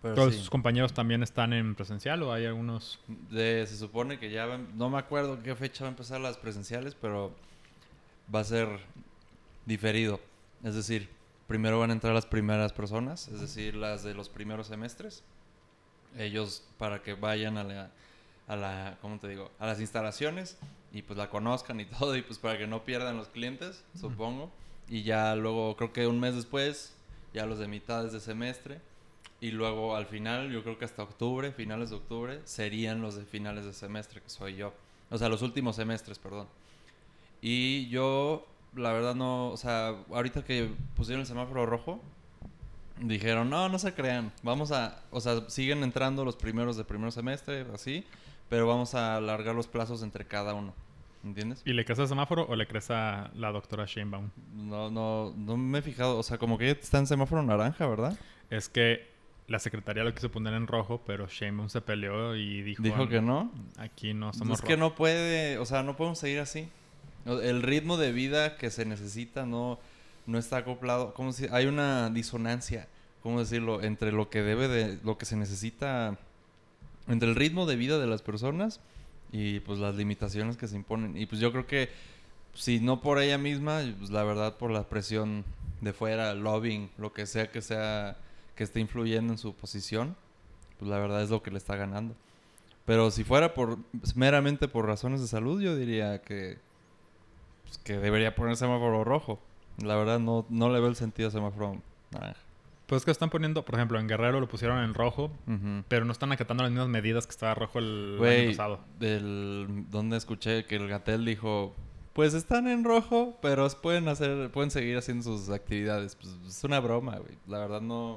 Pero ¿Todos sí, sus compañeros también están en presencial o hay algunos? se supone que ya no me acuerdo qué fecha va a empezar las presenciales, pero va a ser diferido. Es decir, primero van a entrar las primeras personas, es decir, las de los primeros semestres. Ellos para que vayan ¿cómo te digo? A las instalaciones y pues la conozcan y todo y pues para que no pierdan los clientes, supongo. Y ya luego creo que un mes después, ya los de mitades de semestre. Y luego al final, yo creo que hasta octubre, finales de octubre, serían los de finales de semestre, que soy yo. O sea, los últimos semestres, perdón. Y yo, la verdad no, o sea, ahorita que pusieron el semáforo rojo, dijeron, no, no se crean, o sea, siguen entrando los primeros de primer semestre, así, pero vamos a alargar los plazos entre cada uno, ¿entiendes? ¿Y le crees al semáforo o le crees a la doctora Sheinbaum? No me he fijado, o sea, como que está en semáforo naranja, ¿verdad? Es que la secretaría lo quiso poner en rojo, pero Sheinbaum se peleó y dijo, Dijo que no. aquí no somos Es que rojo. no puede, o sea, no podemos seguir así. El ritmo de vida que se necesita no está acoplado. Como si hay una disonancia, ¿cómo decirlo? Entre lo que se necesita, entre el ritmo de vida de las personas y pues las limitaciones que se imponen. Y pues yo creo que si no por ella misma, pues la verdad por la presión de fuera, lobbying, lo que sea que esté influyendo en su posición, pues la verdad es lo que le está ganando. Pero si fuera meramente por razones de salud, yo diría que debería poner semáforo rojo. La verdad no le veo el sentido a semáforo naranja. Pues que están poniendo, por ejemplo, en Guerrero lo pusieron en rojo, Ujú. pero no están acatando las mismas medidas que estaba rojo el año Güey, pasado. donde escuché que el Gatel dijo, pues están en rojo, pero pueden seguir haciendo sus actividades. Pues es una broma, güey. La verdad no.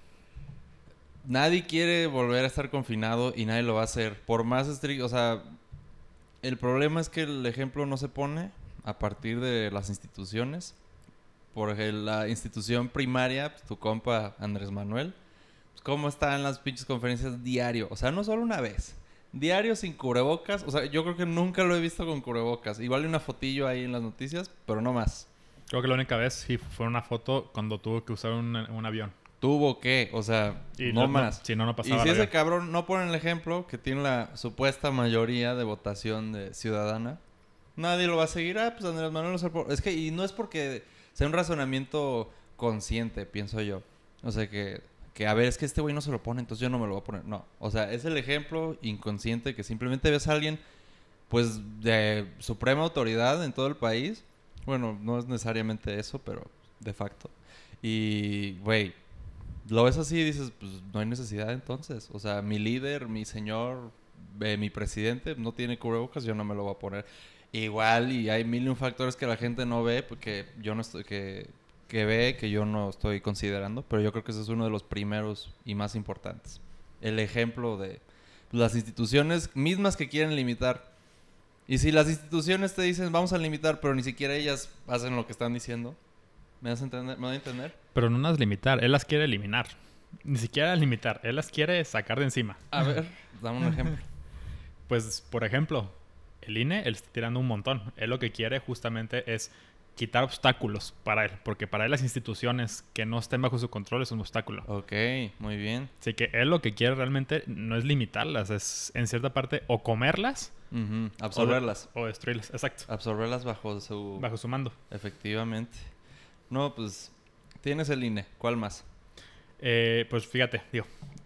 Nadie quiere volver a estar confinado y nadie lo va a hacer. Por más estricto, o sea, el problema es que el ejemplo no se pone a partir de las instituciones. Por la institución primaria, pues, tu compa Andrés Manuel, pues, cómo está en las pinches conferencias diario. O sea, no solo una vez. Diario sin cubrebocas. O sea, yo creo que nunca lo he visto con cubrebocas. Igual hay una fotillo ahí en las noticias, pero no más. Creo que la única vez sí fue una foto cuando tuvo que usar un avión. Tuvo que, o sea, Y no más. si no, no Y pasaba si el ese avión. cabrón no pone el ejemplo que tiene la supuesta mayoría de votación de ciudadana, nadie lo va a seguir. Ah, pues Andrés Manuel es que, y no es porque sea un razonamiento consciente, pienso yo. O sea, que a ver, es que este güey no se lo pone, entonces yo no me lo voy a poner. No, o sea, es el ejemplo inconsciente que simplemente ves a alguien, pues, de suprema autoridad en todo el país. Bueno, no es necesariamente eso, pero de facto. Y, güey, lo ves así y dices, pues no hay necesidad entonces. O sea, mi líder, mi señor, mi presidente no tiene cubrebocas, yo no me lo voy a poner. Igual, y hay mil y un factores que la gente no ve, porque yo no estoy, que ve, que yo no estoy considerando, pero yo creo que ese es uno de los primeros y más importantes. El ejemplo de las instituciones mismas que quieren limitar. Y si las instituciones te dicen vamos a limitar, pero ni siquiera ellas hacen lo que están diciendo, ¿me das a entender? ¿Me voy a entender? Pero no las limitar, él las quiere eliminar. Ni siquiera limitar, él las quiere sacar de encima. A ver, dame un ejemplo. Pues, por ejemplo, el INE, él está tirando un montón. Él lo que quiere justamente es quitar obstáculos para él, porque para él las instituciones que no estén bajo su control es un obstáculo. Ok, muy bien. Así que él lo que quiere realmente no es limitarlas, es en cierta parte o comerlas Absorberlas. o destruirlas. Exacto. Absorberlas bajo su... Bajo su mando. Efectivamente. No, pues tienes el INE. ¿Cuál más? Pues fíjate, digo,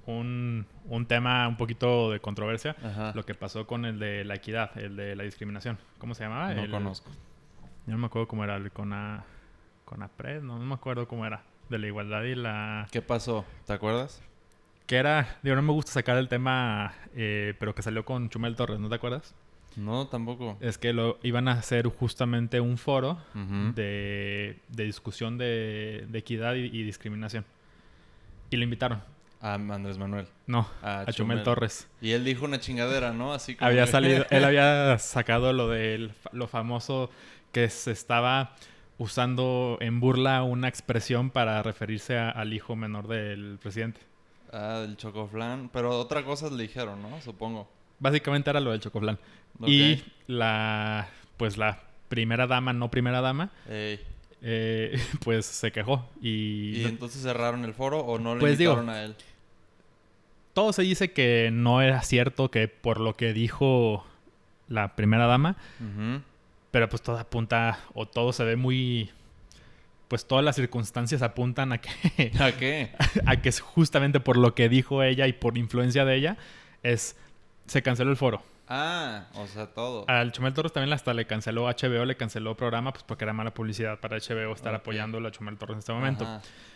un tema un poquito de controversia, Ajá. lo que pasó con el de la equidad, el de la discriminación. ¿Cómo se llamaba? No conozco. Yo no me acuerdo cómo era, el CONAPRED, no me acuerdo cómo era. De la igualdad y la... ¿Qué pasó? ¿Te acuerdas? Que era, digo, no me gusta sacar el tema, pero que salió con Chumel Torres, ¿no te acuerdas? No, tampoco. Es que lo iban a hacer justamente un foro Ujú. de discusión de equidad y discriminación. Y lo invitaron. A Andrés Manuel. No, A a Chumel Chumel. Torres. Y él dijo una chingadera, ¿no? Así como Había que... salido, él había sacado lo de lo famoso que se estaba usando en burla una expresión para referirse al hijo menor del presidente. del chocoflán. Pero otra cosa le dijeron, ¿no? Supongo. Básicamente era lo del chocoflán. Ok. Y pues la primera dama, no primera dama, Ey. pues se quejó. Y ¿Y entonces cerraron el foro o no le pues digo, invitaron a él? todo se dice que no era cierto, que por lo que dijo la primera dama, pero pues todo apunta, o todo se ve muy... Pues todas las circunstancias apuntan a que... ¿A qué? a que es justamente por lo que dijo ella y por influencia de ella, se canceló el foro. Ah, o sea, todo. Al Chumel Torres también hasta le canceló HBO, le canceló programa, pues porque era mala publicidad para HBO estar apoyando a Chumel Torres en este momento.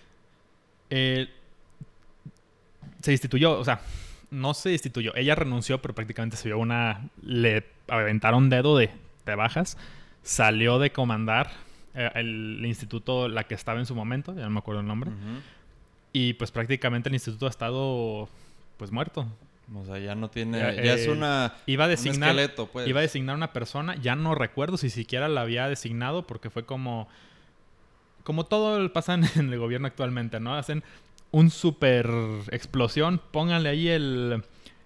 Se destituyó, o sea, no se destituyó. Ella renunció, pero prácticamente se vio le aventaron dedo de bajas. Salió de comandar el instituto, la que estaba en su momento, ya no me acuerdo el nombre. Y pues prácticamente el instituto ha estado pues muerto. O sea, ya no tiene... ya es un esqueleto, pues. Iba a designar una persona. Ya no recuerdo si siquiera la había designado porque fue como todo pasa en el gobierno actualmente, ¿no? Hacen un super explosión. Pónganle ahí el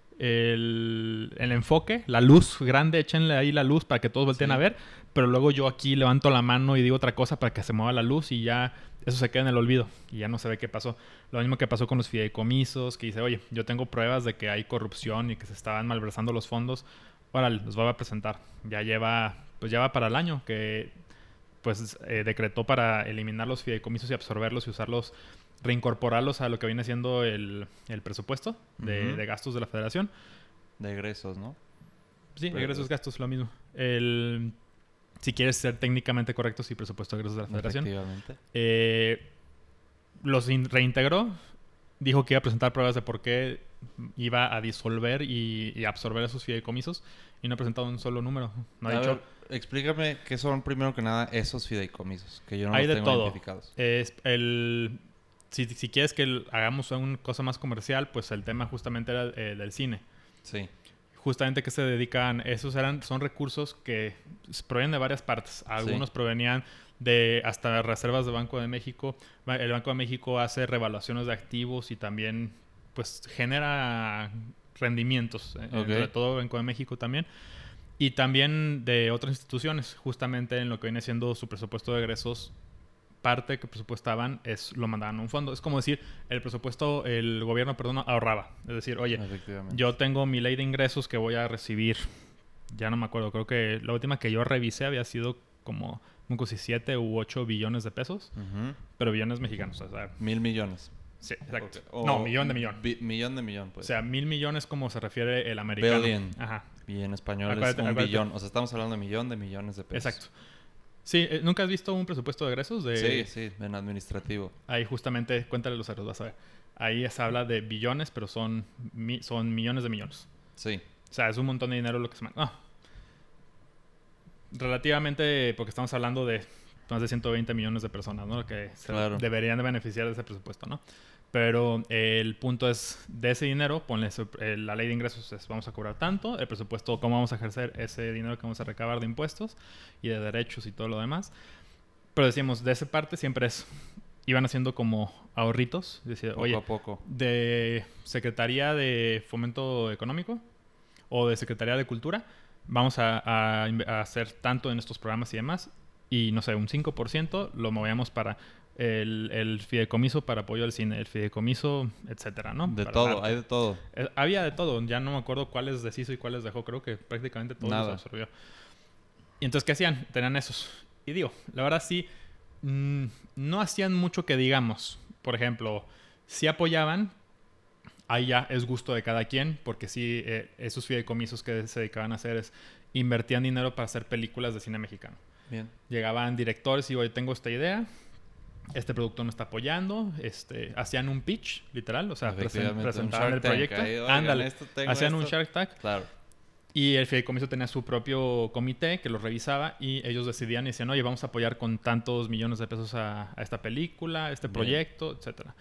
enfoque, la luz grande. Échenle ahí la luz para que todos volteen a ver. Pero luego yo aquí levanto la mano y digo otra cosa para que se mueva la luz y ya... Eso se queda en el olvido y ya no se ve qué pasó. Lo mismo que pasó con los fideicomisos, que dice, oye, yo tengo pruebas de que hay corrupción y que se estaban malversando los fondos. Órale, los voy a presentar. Ya va para el año que pues decretó para eliminar los fideicomisos y absorberlos y usarlos, reincorporarlos a lo que viene siendo el presupuesto de gastos de la federación. De egresos, ¿no? Sí, egresos, gastos, lo mismo. Si quieres ser técnicamente correcto, sí, presupuesto de egresos de la federación. Efectivamente. Los reintegró. Dijo que iba a presentar pruebas de por qué iba a disolver y absorber esos fideicomisos. Y no ha presentado un solo número. No ha dicho... Explícame qué son, primero que nada, esos fideicomisos. Que yo no los tengo todo. identificados. Si quieres que hagamos una cosa más comercial, pues el tema justamente era del cine. Sí. Justamente que se dedican, son recursos que provienen de varias partes. Algunos provenían de hasta reservas de Banco de México. El Banco de México hace revaluaciones de activos y también pues genera rendimientos, sobre todo Banco de México también. Y también de otras instituciones, justamente en lo que viene siendo su presupuesto de egresos. Parte que presupuestaban lo mandaban a un fondo. Es como decir, el gobierno, ahorraba. Es decir, oye, yo tengo mi ley de ingresos que voy a recibir. Ya no me acuerdo, creo que la última que yo revisé había sido como 7 u 8 billones de pesos. Pero billones mexicanos, o sea... 1,000 millones. Sí, exacto. No, millón de millón. Millón de millón, pues. O sea, 1,000 millones como se refiere el americano. Billion. Ajá. Y en español es un billón. O sea, estamos hablando de millones de pesos. Exacto. Sí, ¿nunca has visto un presupuesto de egresos? Sí, en administrativo. Ahí justamente, cuéntale los ceros, vas a ver. Ahí se habla de billones, pero son millones de millones. Sí. O sea, es un montón de dinero lo que se manda. Relativamente, porque estamos hablando de más de 120 millones de personas, ¿no? Que deberían de beneficiar de ese presupuesto, ¿no? Pero el punto es, de ese dinero, ponle la ley de ingresos, vamos a cobrar tanto, el presupuesto, cómo vamos a ejercer ese dinero que vamos a recabar de impuestos y de derechos y todo lo demás. Pero decíamos, de esa parte siempre iban haciendo como ahorritos. Decía, poco a poco. De Secretaría de Fomento Económico o de Secretaría de Cultura, vamos a hacer tanto en estos programas y demás. Y no sé, un 5% lo movíamos para... El fideicomiso para apoyo al cine, el fideicomiso, etcétera, ¿no? De todo, hay de todo. Había de todo, ya no me acuerdo cuáles deshizo y cuáles dejó, creo que prácticamente todo los absorbió. Y entonces, ¿qué hacían? Tenían esos. Y digo, la verdad sí, no hacían mucho que digamos. Por ejemplo, sí apoyaban, ahí ya es gusto de cada quien, porque sí, esos fideicomisos que se dedicaban a hacer invertían dinero para hacer películas de cine mexicano. Bien. Llegaban directores y, oye, tengo esta idea, este producto me está apoyando, hacían un pitch, literal, o sea, presentaban el proyecto. Ándale, hacían un Shark Tank. Claro. Y el fideicomiso tenía su propio comité que lo revisaba y ellos decidían y decían, oye, vamos a apoyar con tantos millones de pesos a esta película, a este proyecto, etcétera.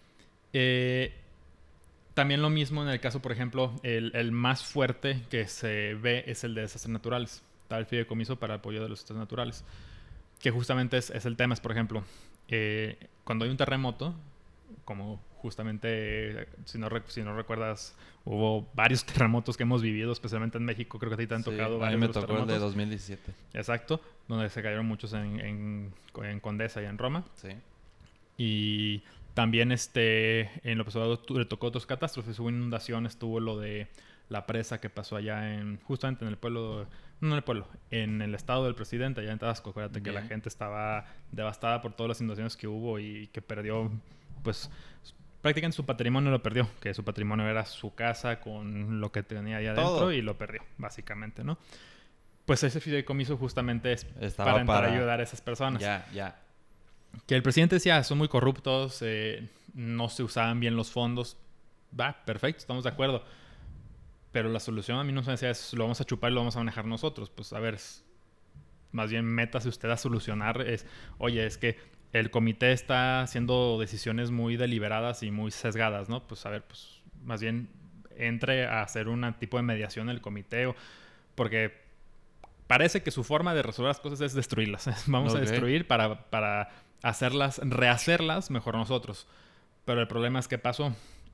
También lo mismo en el caso, por ejemplo, el más fuerte que se ve es el de desastres naturales. Está el fideicomiso para apoyo de los desastres naturales. Que justamente es el tema, es, por ejemplo, cuando hay un terremoto, como justamente, si no recuerdas, hubo varios terremotos que hemos vivido, especialmente en México, creo que a ti te han tocado varios. A mí me tocó el de 2017. Exacto, donde se cayeron muchos en Condesa y en Roma. Sí. Y También en López Obrador le tocó otros catástrofes. Hubo inundaciones, tuvo lo de la presa que pasó allá justamente en el pueblo, no en el pueblo, en el estado del presidente, allá en Tabasco. Acuérdate que la gente estaba devastada por todas las inundaciones que hubo y que perdió, pues, prácticamente su patrimonio lo perdió, que su patrimonio era su casa con lo que tenía ahí adentro y lo perdió, básicamente, ¿no? Pues ese fideicomiso justamente es para ayudar a esas personas. Ya. Que el presidente decía, son muy corruptos, no se usaban bien los fondos. Va, perfecto, estamos de acuerdo. Pero la solución a mí no se me decía, lo vamos a chupar y lo vamos a manejar nosotros. Pues a ver, más bien métase usted a solucionar. Oye, es que el comité está haciendo decisiones muy deliberadas y muy sesgadas, ¿no? Pues a ver, pues más bien entre a hacer un tipo de mediación en el comité. Porque parece que su forma de resolver las cosas es destruirlas. Vamos a destruir para rehacerlas mejor nosotros. Pero el problema es que pasó.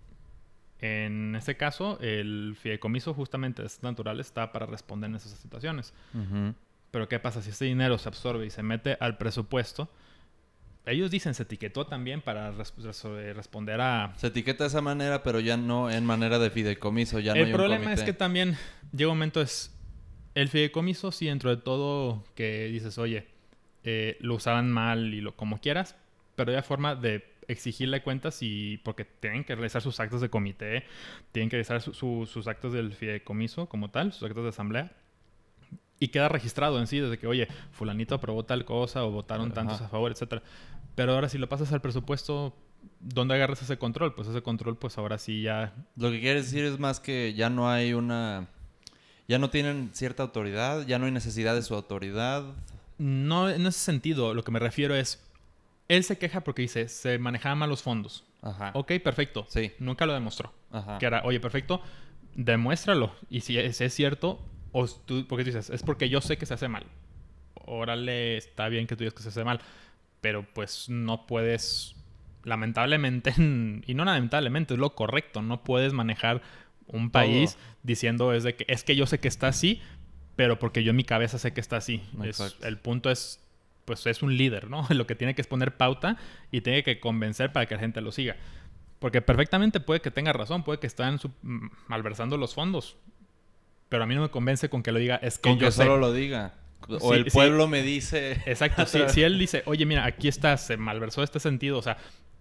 En este caso, el fideicomiso justamente de desastres naturales está para responder en esas situaciones. Uh-huh. Pero ¿qué pasa? Si ese dinero se absorbe y se mete al presupuesto, ellos dicen se etiquetó también para responder a... Se etiqueta de esa manera, pero ya no en manera de fideicomiso, ya no hay un comité. El problema es que también llega un momento el fideicomiso, sí, dentro de todo que dices, oye, lo usaban mal y como quieras, pero hay forma de exigirle cuentas porque tienen que realizar sus actos de comité, tienen que realizar sus actos del fideicomiso como tal, sus actos de asamblea, y queda registrado en sí desde que, oye, fulanito aprobó tal cosa o votaron tantos a favor, etcétera. Pero ahora si lo pasas al presupuesto, ¿dónde agarras ese control? Pues ese control, pues ahora sí ya... Lo que quiere decir es más que ya no hay ya no tienen cierta autoridad, ya no hay necesidad de su autoridad. No, en ese sentido, lo que me refiero es... Él se queja porque dice, se manejaban mal los fondos. Ajá. Ok, perfecto. Sí. Nunca lo demostró. Ajá. Que era, oye, perfecto, demuéstralo. Y si es cierto, porque tú dices, es porque yo sé que se hace mal. Órale, está bien que tú digas que se hace mal. Pero pues no puedes, lamentablemente, y no lamentablemente, es lo correcto. No puedes manejar un país diciendo es que yo sé que está así, pero porque yo en mi cabeza sé que está así. El punto es... pues es un líder, ¿no? Lo que tiene que es poner pauta y tiene que convencer para que la gente lo siga. Porque perfectamente puede que tenga razón, puede que están malversando los fondos. Pero a mí no me convence con que lo diga. Es que con yo que sé. Solo lo diga. O el pueblo me dice... Exacto. Si él dice, oye, mira, aquí está, se malversó este sentido. O sea,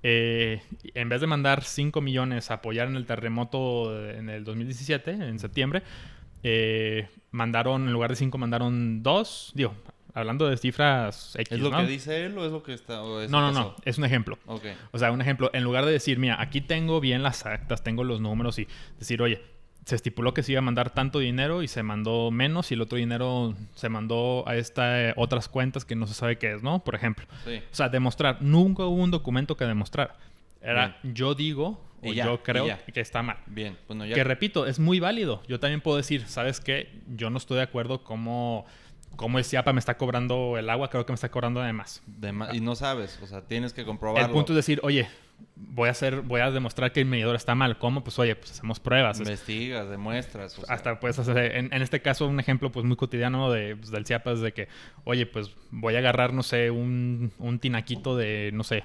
en vez de mandar 5 millones a apoyar en el terremoto en el 2017, en septiembre, en lugar de 5, mandaron 2. Digo... Hablando de cifras X, ¿Es lo que dice él o es lo que está...? No. Es un ejemplo. Okay. O sea, un ejemplo. En lugar de decir, mira, aquí tengo bien las actas, tengo los números y decir, oye, se estipuló que se iba a mandar tanto dinero y se mandó menos y el otro dinero se mandó a otras cuentas que no se sabe qué es, ¿no? Por ejemplo. Sí. O sea, demostrar. Nunca hubo un documento que demostrar. Era yo digo o yo creo que está mal. Bien. Bueno, ya... Que repito, es muy válido. Yo también puedo decir, ¿sabes qué? Yo no estoy de acuerdo como el CIAPA me está cobrando el agua, creo que me está cobrando de más. Y no sabes, o sea, tienes que comprobarlo. El punto es decir, oye, voy a demostrar que el medidor está mal. ¿Cómo? Pues oye, pues hacemos pruebas. Investigas, demuestras. O sea. Hasta puedes hacer, en este caso, un ejemplo pues muy cotidiano del CIAPA es de que, oye, pues voy a agarrar, no sé, un tinaquito de, no sé,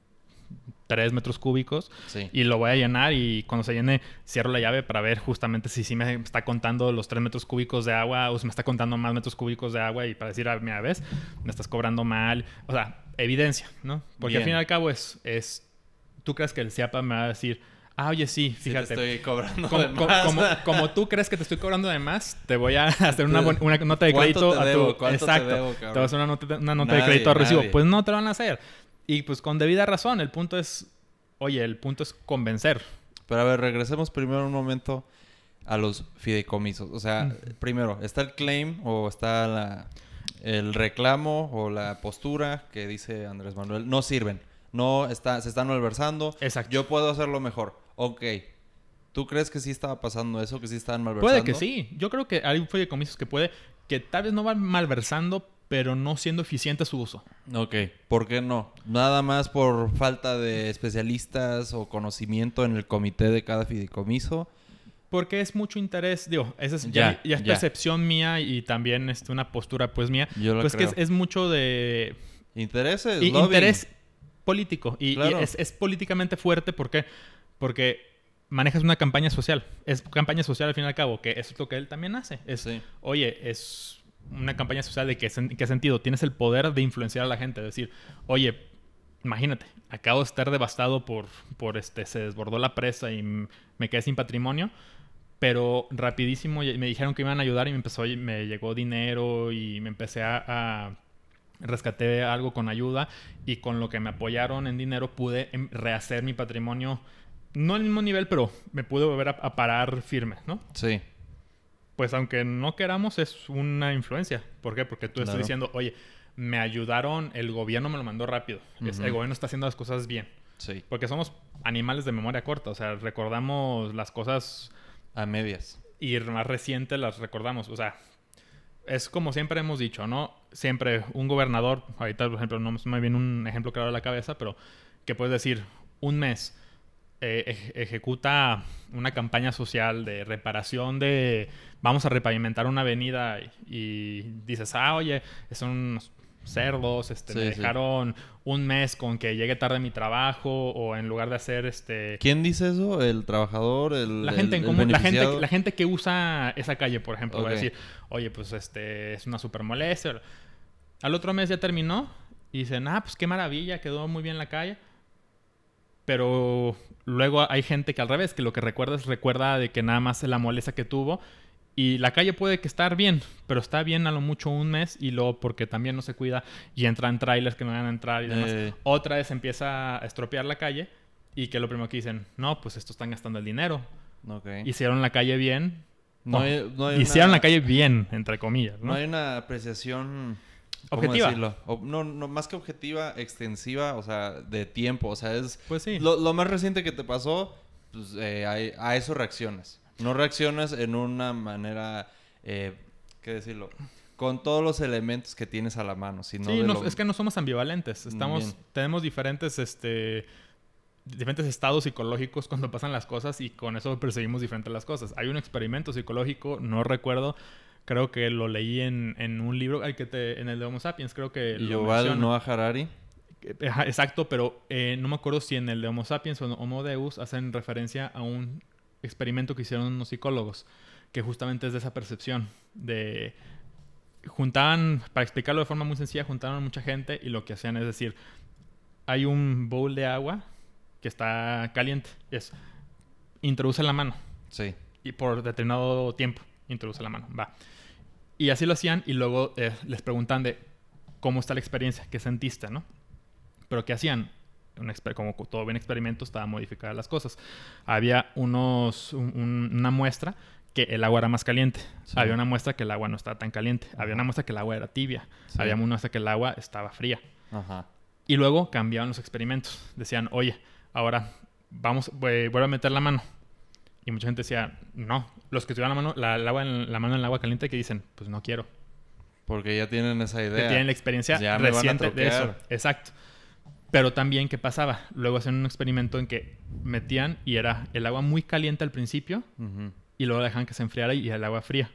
3 metros cúbicos y lo voy a llenar y cuando se llene cierro la llave para ver justamente si me está contando los 3 metros cúbicos de agua o si me está contando más metros cúbicos de agua y para decir, mira, ves, me estás cobrando mal. O sea, evidencia, ¿no? Porque al fin y al cabo ¿tú crees que el CIAPA me va a decir, oye, sí, fíjate. Sí te estoy cobrando de más. Como tú crees que te estoy cobrando de más, te voy a hacer una nota de crédito a tu... Exacto. Te voy a hacer una nota de crédito a recibo. Pues no te lo van a hacer. Y pues con debida razón, el punto es convencer. Pero a ver, regresemos primero un momento a los fideicomisos. O sea, primero, ¿está el claim o está el reclamo o la postura que dice Andrés Manuel? No sirven. Se están malversando. Exacto. Yo puedo hacerlo mejor. Ok. ¿Tú crees que sí estaba pasando eso? ¿Que sí estaban malversando? Puede que sí. Yo creo que hay fideicomisos que tal vez no van malversando, pero no siendo eficiente su uso. Ok. ¿Por qué no? ¿Nada más por falta de especialistas o conocimiento en el comité de cada fideicomiso? Porque es mucho interés, esa es ya es percepción mía y también una postura pues mía. Yo lo pues creo. Que es mucho de... Intereses, interés político. Y Claro. es políticamente fuerte. ¿Por qué? Porque manejas una campaña social. Es campaña social al fin y al cabo, que eso es lo que él también hace. Sí. Oye, es una campaña social de qué sentido. Tienes el poder de influenciar a la gente. Decir, oye, imagínate, acabo de estar devastado se desbordó la presa y me quedé sin patrimonio. Pero rapidísimo me dijeron que iban a ayudar y me llegó dinero y me empecé a rescaté algo con ayuda y con lo que me apoyaron en dinero pude rehacer mi patrimonio. No al mismo nivel, pero me pude volver a parar firme, ¿no? Sí. Pues aunque no queramos, es una influencia. ¿Por qué? Porque tú estás Claro. diciendo, oye, me ayudaron, el gobierno me lo mandó rápido. El gobierno está haciendo las cosas bien. Sí. Porque somos animales de memoria corta. O sea, recordamos las cosas A medias. y más recientes las recordamos. O sea, es como siempre hemos dicho, ¿no? Siempre un gobernador, ahorita por ejemplo no me viene un ejemplo claro a la cabeza, pero que puedes decir, un mes ejecuta una campaña social de reparación vamos a repavimentar una avenida y dices, oye, son unos cerdos, me dejaron un mes con que llegue tarde a mi trabajo o en lugar de hacer ¿Quién dice eso? ¿El trabajador? La gente en común, la gente que usa esa calle, por ejemplo, va a decir, oye, pues es una super molestia. Al otro mes ya terminó y dicen, pues qué maravilla, quedó muy bien la calle. Pero luego hay gente que al revés, que lo que recuerda de que nada más la molestia que tuvo. Y la calle puede que estar bien, pero está bien a lo mucho un mes y luego porque también no se cuida y entran trailers que no van a entrar y demás. Otra vez empieza a estropear la calle y que lo primero que dicen, no, pues estos están gastando el dinero. Hicieron la calle bien. Hicieron la calle bien, entre comillas, ¿no? No hay una apreciación... objetiva. No, más que objetiva, extensiva, o sea, de tiempo. O sea, es... Pues sí. Lo más reciente que te pasó, pues a eso reaccionas. No reaccionas en una manera, ¿qué decirlo? Con todos los elementos que tienes a la mano. Sino sí, es que no somos ambivalentes. Tenemos diferentes estados psicológicos cuando pasan las cosas y con eso percibimos diferentes las cosas. Hay un experimento psicológico, no recuerdo, creo que lo leí en un libro, en el de Homo Sapiens, creo que Yuval Noah Harari. Exacto, pero no me acuerdo si en el de Homo Sapiens o en Homo Deus hacen referencia a un experimento que hicieron unos psicólogos, que justamente es de esa percepción de... Juntaban, para explicarlo de forma muy sencilla, juntaban a mucha gente y lo que hacían es decir, hay un bowl de agua que está caliente, introduce la mano. Sí. Y por determinado tiempo, introduce la mano, va. Y así lo hacían y luego les preguntan de cómo está la experiencia, qué sentiste, ¿no? Pero ¿qué hacían? Como todo buen experimento, estaban modificadas las cosas. Había una muestra que el agua era más caliente. Sí. Había una muestra que el agua no estaba tan caliente. Había una muestra que el agua era tibia. Sí. Había una muestra que el agua estaba fría. Ajá. Y luego cambiaban los experimentos. Decían, oye, ahora vuelve a meter la mano. Y mucha gente decía, no. Los que tuvieron la mano en el agua caliente, que dicen, pues no quiero. Porque ya tienen esa idea. Que tienen la experiencia ya reciente de eso. Exacto. Pero también, ¿qué pasaba? Luego hacían un experimento en que metían y era el agua muy caliente al principio y luego dejaban que se enfriara y el agua fría.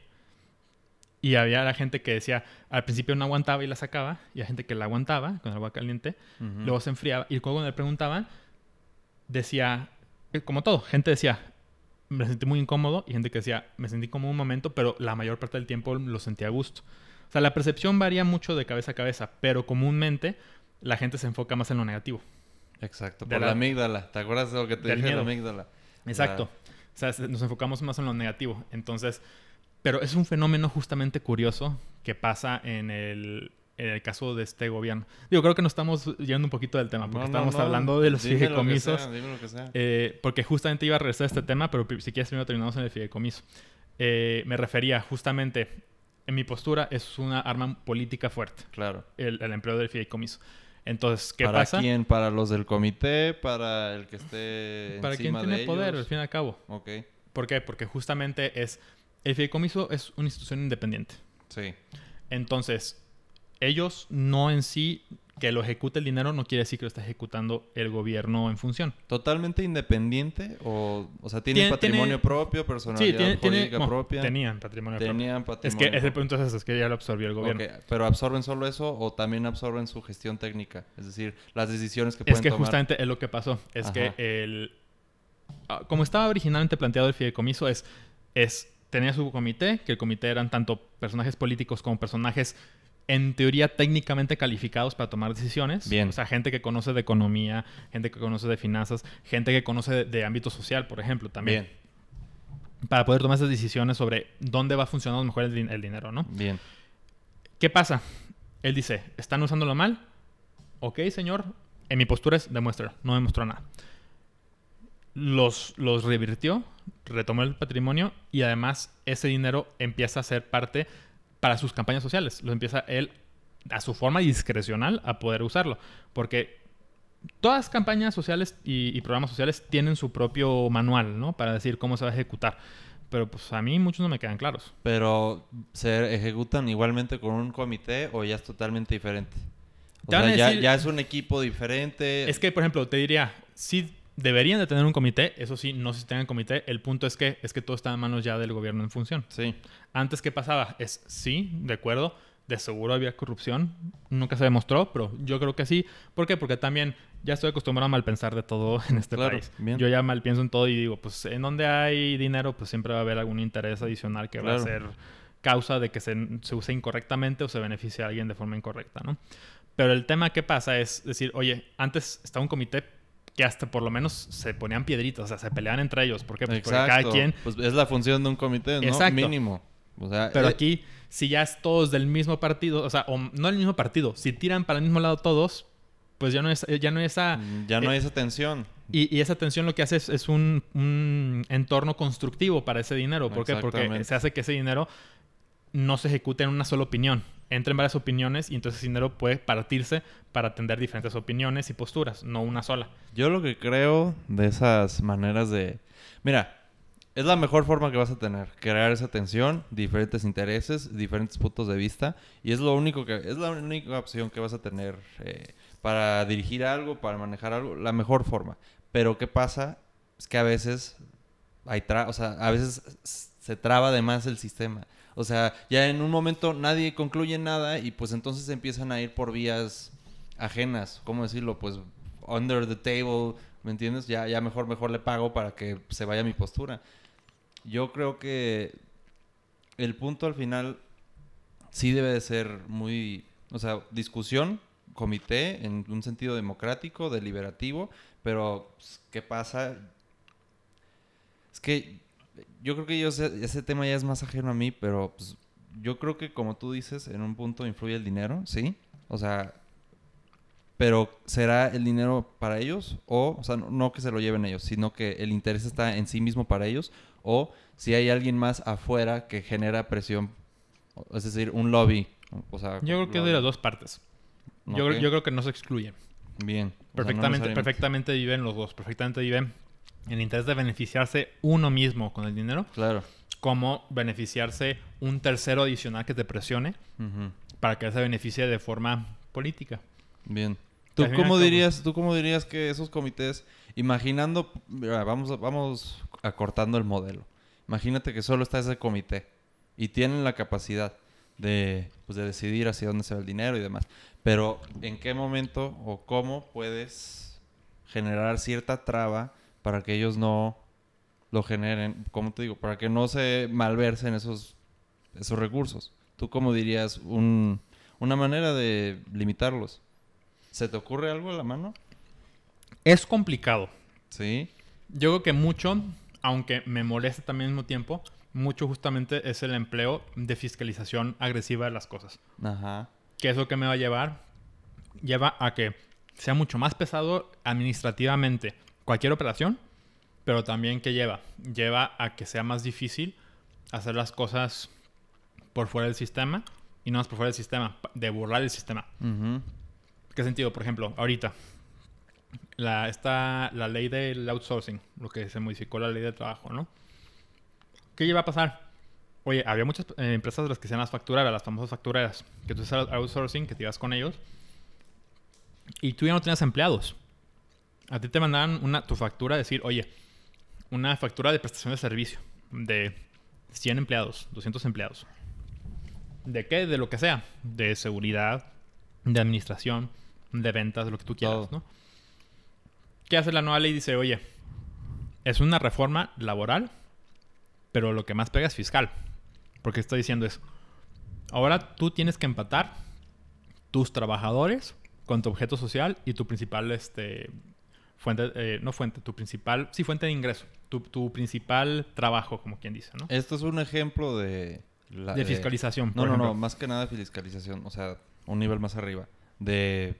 Y había la gente que decía, al principio no aguantaba y la sacaba, y la gente que la aguantaba con el agua caliente, luego se enfriaba. Y cuando le preguntaban, decía, como todo, gente decía, me sentí muy incómodo, y gente que decía, me sentí como un momento, pero la mayor parte del tiempo lo sentía a gusto. O sea, la percepción varía mucho de cabeza a cabeza, pero comúnmente la gente se enfoca más en lo negativo. Exacto, por la amígdala. ¿Te acuerdas de lo que te dije de la amígdala? Exacto. O sea, nos enfocamos más en lo negativo. Entonces, pero es un fenómeno justamente curioso que pasa en el caso de este gobierno. Digo, creo que nos estamos yendo un poquito del tema, porque estamos hablando de los fideicomisos. Dime lo que sea. Porque justamente iba a regresar a este tema, pero si quieres primero terminamos en el fideicomiso. Me refería justamente, en mi postura, es una arma política fuerte. Claro. El empleo del fideicomiso. Entonces, ¿qué pasa? ¿Para quién? ¿Para los del comité? ¿Para el que esté para encima quien tiene de poder, ellos? al fin y al cabo. Ok. ¿Por qué? Porque justamente el fideicomiso es una institución independiente. Sí. Entonces, ellos no en sí que lo ejecute el dinero no quiere decir que lo está ejecutando el gobierno en función. ¿Totalmente independiente? O sea, ¿tiene patrimonio propio, personalidad jurídica propia? Tenían patrimonio propio. Patrimonio Es que ese propio. punto es que ya lo absorbió el gobierno. Okay. ¿Pero absorben solo eso o también absorben su gestión técnica? Es decir, las decisiones que pueden tomar. Es que justamente es lo que pasó. Es que como estaba originalmente planteado el fideicomiso, tenía su comité, que el comité eran tanto personajes políticos como personajes en teoría técnicamente calificados para tomar decisiones. Bien. O sea, gente que conoce de economía, gente que conoce de finanzas, gente que conoce de ámbito social, por ejemplo, también. Bien. Para poder tomar esas decisiones sobre dónde va funcionando mejor el dinero, ¿no? Bien. ¿Qué pasa? Él dice, ¿están usándolo mal? Ok, señor. En mi postura es demuestra. No demostró nada. Los revirtió, retomó el patrimonio y además ese dinero empieza a ser parte para sus campañas sociales. Lo empieza él a su forma discrecional a poder usarlo. Porque todas las campañas sociales y programas sociales tienen su propio manual, ¿no? Para decir cómo se va a ejecutar. Pero pues a mí muchos no me quedan claros. ¿Pero se ejecutan igualmente con un comité o ya es totalmente diferente? O sea, ya es un equipo diferente. Es que, por ejemplo, te diría, sí deberían de tener un comité. Eso sí, no sé si tengan comité. El punto es que todo está en manos ya del gobierno en función. Sí. Antes, ¿qué pasaba? Sí, de acuerdo. De seguro había corrupción. Nunca se demostró, pero yo creo que sí. ¿Por qué? Porque también ya estoy acostumbrado a mal pensar de todo en este país. Bien. Yo ya mal pienso en todo y digo, pues en donde hay dinero, pues siempre va a haber algún interés adicional que va a ser causa de que se use incorrectamente o se beneficie a alguien de forma incorrecta, ¿no? Pero el tema que pasa es decir, oye, antes estaba un comité que hasta por lo menos se ponían piedritas, o sea, se peleaban entre ellos. ¿Por qué? Pues porque cada quien... Pues es la función de un comité, ¿no? Exacto. Mínimo. O sea, pero aquí, si ya es todos del mismo partido, o sea, o no del mismo partido, si tiran para el mismo lado todos, pues ya no hay esa tensión. Y esa tensión lo que hace es un entorno constructivo para ese dinero. ¿Por qué? Porque se hace que ese dinero no se ejecute en una sola opinión. Entra en varias opiniones y entonces ese dinero puede partirse para atender diferentes opiniones y posturas, no una sola. Yo lo que creo de esas maneras de... Mira, es la mejor forma que vas a tener. Crear esa tensión, diferentes intereses, diferentes puntos de vista. Y es la única opción que vas a tener para dirigir algo, para manejar algo. La mejor forma. Pero ¿qué pasa? Es que a veces a veces se traba de más el sistema. O sea, ya en un momento nadie concluye nada y pues entonces empiezan a ir por vías ajenas. ¿Cómo decirlo? Pues under the table, ¿me entiendes? Ya mejor le pago para que se vaya mi postura. Yo creo que el punto al final sí debe de ser muy... O sea, discusión, comité, en un sentido democrático, deliberativo, pero pues, ¿qué pasa? Es que yo creo que ese tema ya es más ajeno a mí, pero pues, yo creo que como tú dices, en un punto influye el dinero, ¿sí? O sea, pero ¿será el dinero para ellos? O sea, no que se lo lleven ellos, sino que el interés está en sí mismo para ellos. O si hay alguien más afuera que genera presión, es decir, un lobby. O sea, yo creo que es de las dos partes. Yo creo que no se excluyen. Bien. Perfectamente viven los dos. Perfectamente viven el interés de beneficiarse uno mismo con el dinero. Claro. Como beneficiarse un tercero adicional que te presione para que se beneficie de forma política. Bien. ¿Tú cómo dirías que esos comités, imaginando, vamos acortando el modelo. Imagínate que solo está ese comité y tienen la capacidad de decidir hacia dónde se va el dinero y demás. Pero ¿en qué momento o cómo puedes generar cierta traba para que ellos no lo generen? ¿Cómo te digo? Para que no se malversen esos recursos. ¿Tú cómo dirías una manera de limitarlos? ¿Se te ocurre algo a la mano? Es complicado. Sí. Yo creo que mucho, aunque me molesta también al mismo tiempo, mucho justamente es el empleo de fiscalización agresiva de las cosas. Ajá. ¿Qué es lo que me va a llevar? Lleva a que sea mucho más pesado administrativamente cualquier operación, pero también ¿qué lleva? Lleva a que sea más difícil hacer las cosas por fuera del sistema y no más por fuera del sistema, de burlar el sistema. ¿Qué sentido? Por ejemplo, ahorita está la ley del outsourcing, lo que se modificó la ley de trabajo, ¿no? ¿Qué iba a pasar? Oye, había muchas empresas de las que se llaman las factureras, las famosas factureras, que tú haces outsourcing, que te ibas con ellos, y tú ya no tenías empleados. A ti te mandaban tu factura, decir, oye, una factura de prestación de servicio de 100 empleados, 200 empleados. ¿De qué? De lo que sea. De seguridad, de administración, de ventas, de lo que tú quieras, ¿no? ¿Qué hace la nueva ley? Dice, oye, es una reforma laboral, pero lo que más pega es fiscal. Porque está diciendo es, ahora tú tienes que empatar tus trabajadores con tu objeto social y tu principal fuente de ingreso. Tu principal trabajo, como quien dice, ¿no? Esto es un ejemplo de fiscalización, por ejemplo. No, más que nada de fiscalización. O sea, un nivel más arriba. De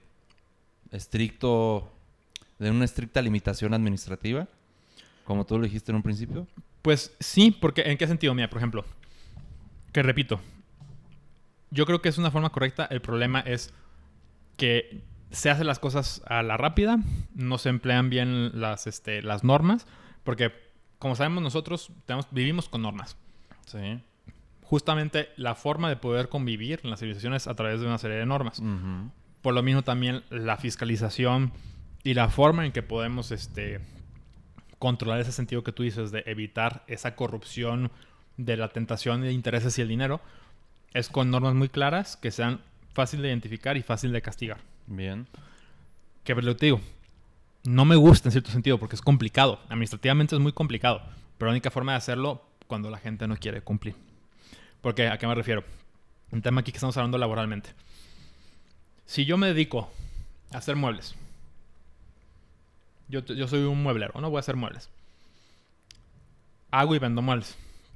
una estricta limitación administrativa, como tú lo dijiste en un principio. Pues sí, porque ¿en qué sentido? Mira, por ejemplo, que repito, yo creo que es una forma correcta. El problema es que se hacen las cosas a la rápida, no se emplean bien las normas, porque como sabemos nosotros vivimos con normas. Sí. Justamente la forma de poder convivir en las civilizaciones a través de una serie de normas. Uh-huh. Por lo mismo también la fiscalización y la forma en que podemos controlar ese sentido que tú dices de evitar esa corrupción de la tentación de intereses y el dinero es con normas muy claras que sean fácil de identificar y fácil de castigar. Bien. Que lo te digo, no me gusta en cierto sentido porque es complicado. Administrativamente es muy complicado. Pero la única forma de hacerlo cuando la gente no quiere cumplir. Porque, ¿a qué me refiero? Un tema aquí que estamos hablando laboralmente. Si yo me dedico a hacer muebles, yo soy un mueblero, ¿no? Voy a hacer muebles. Hago y vendo muebles.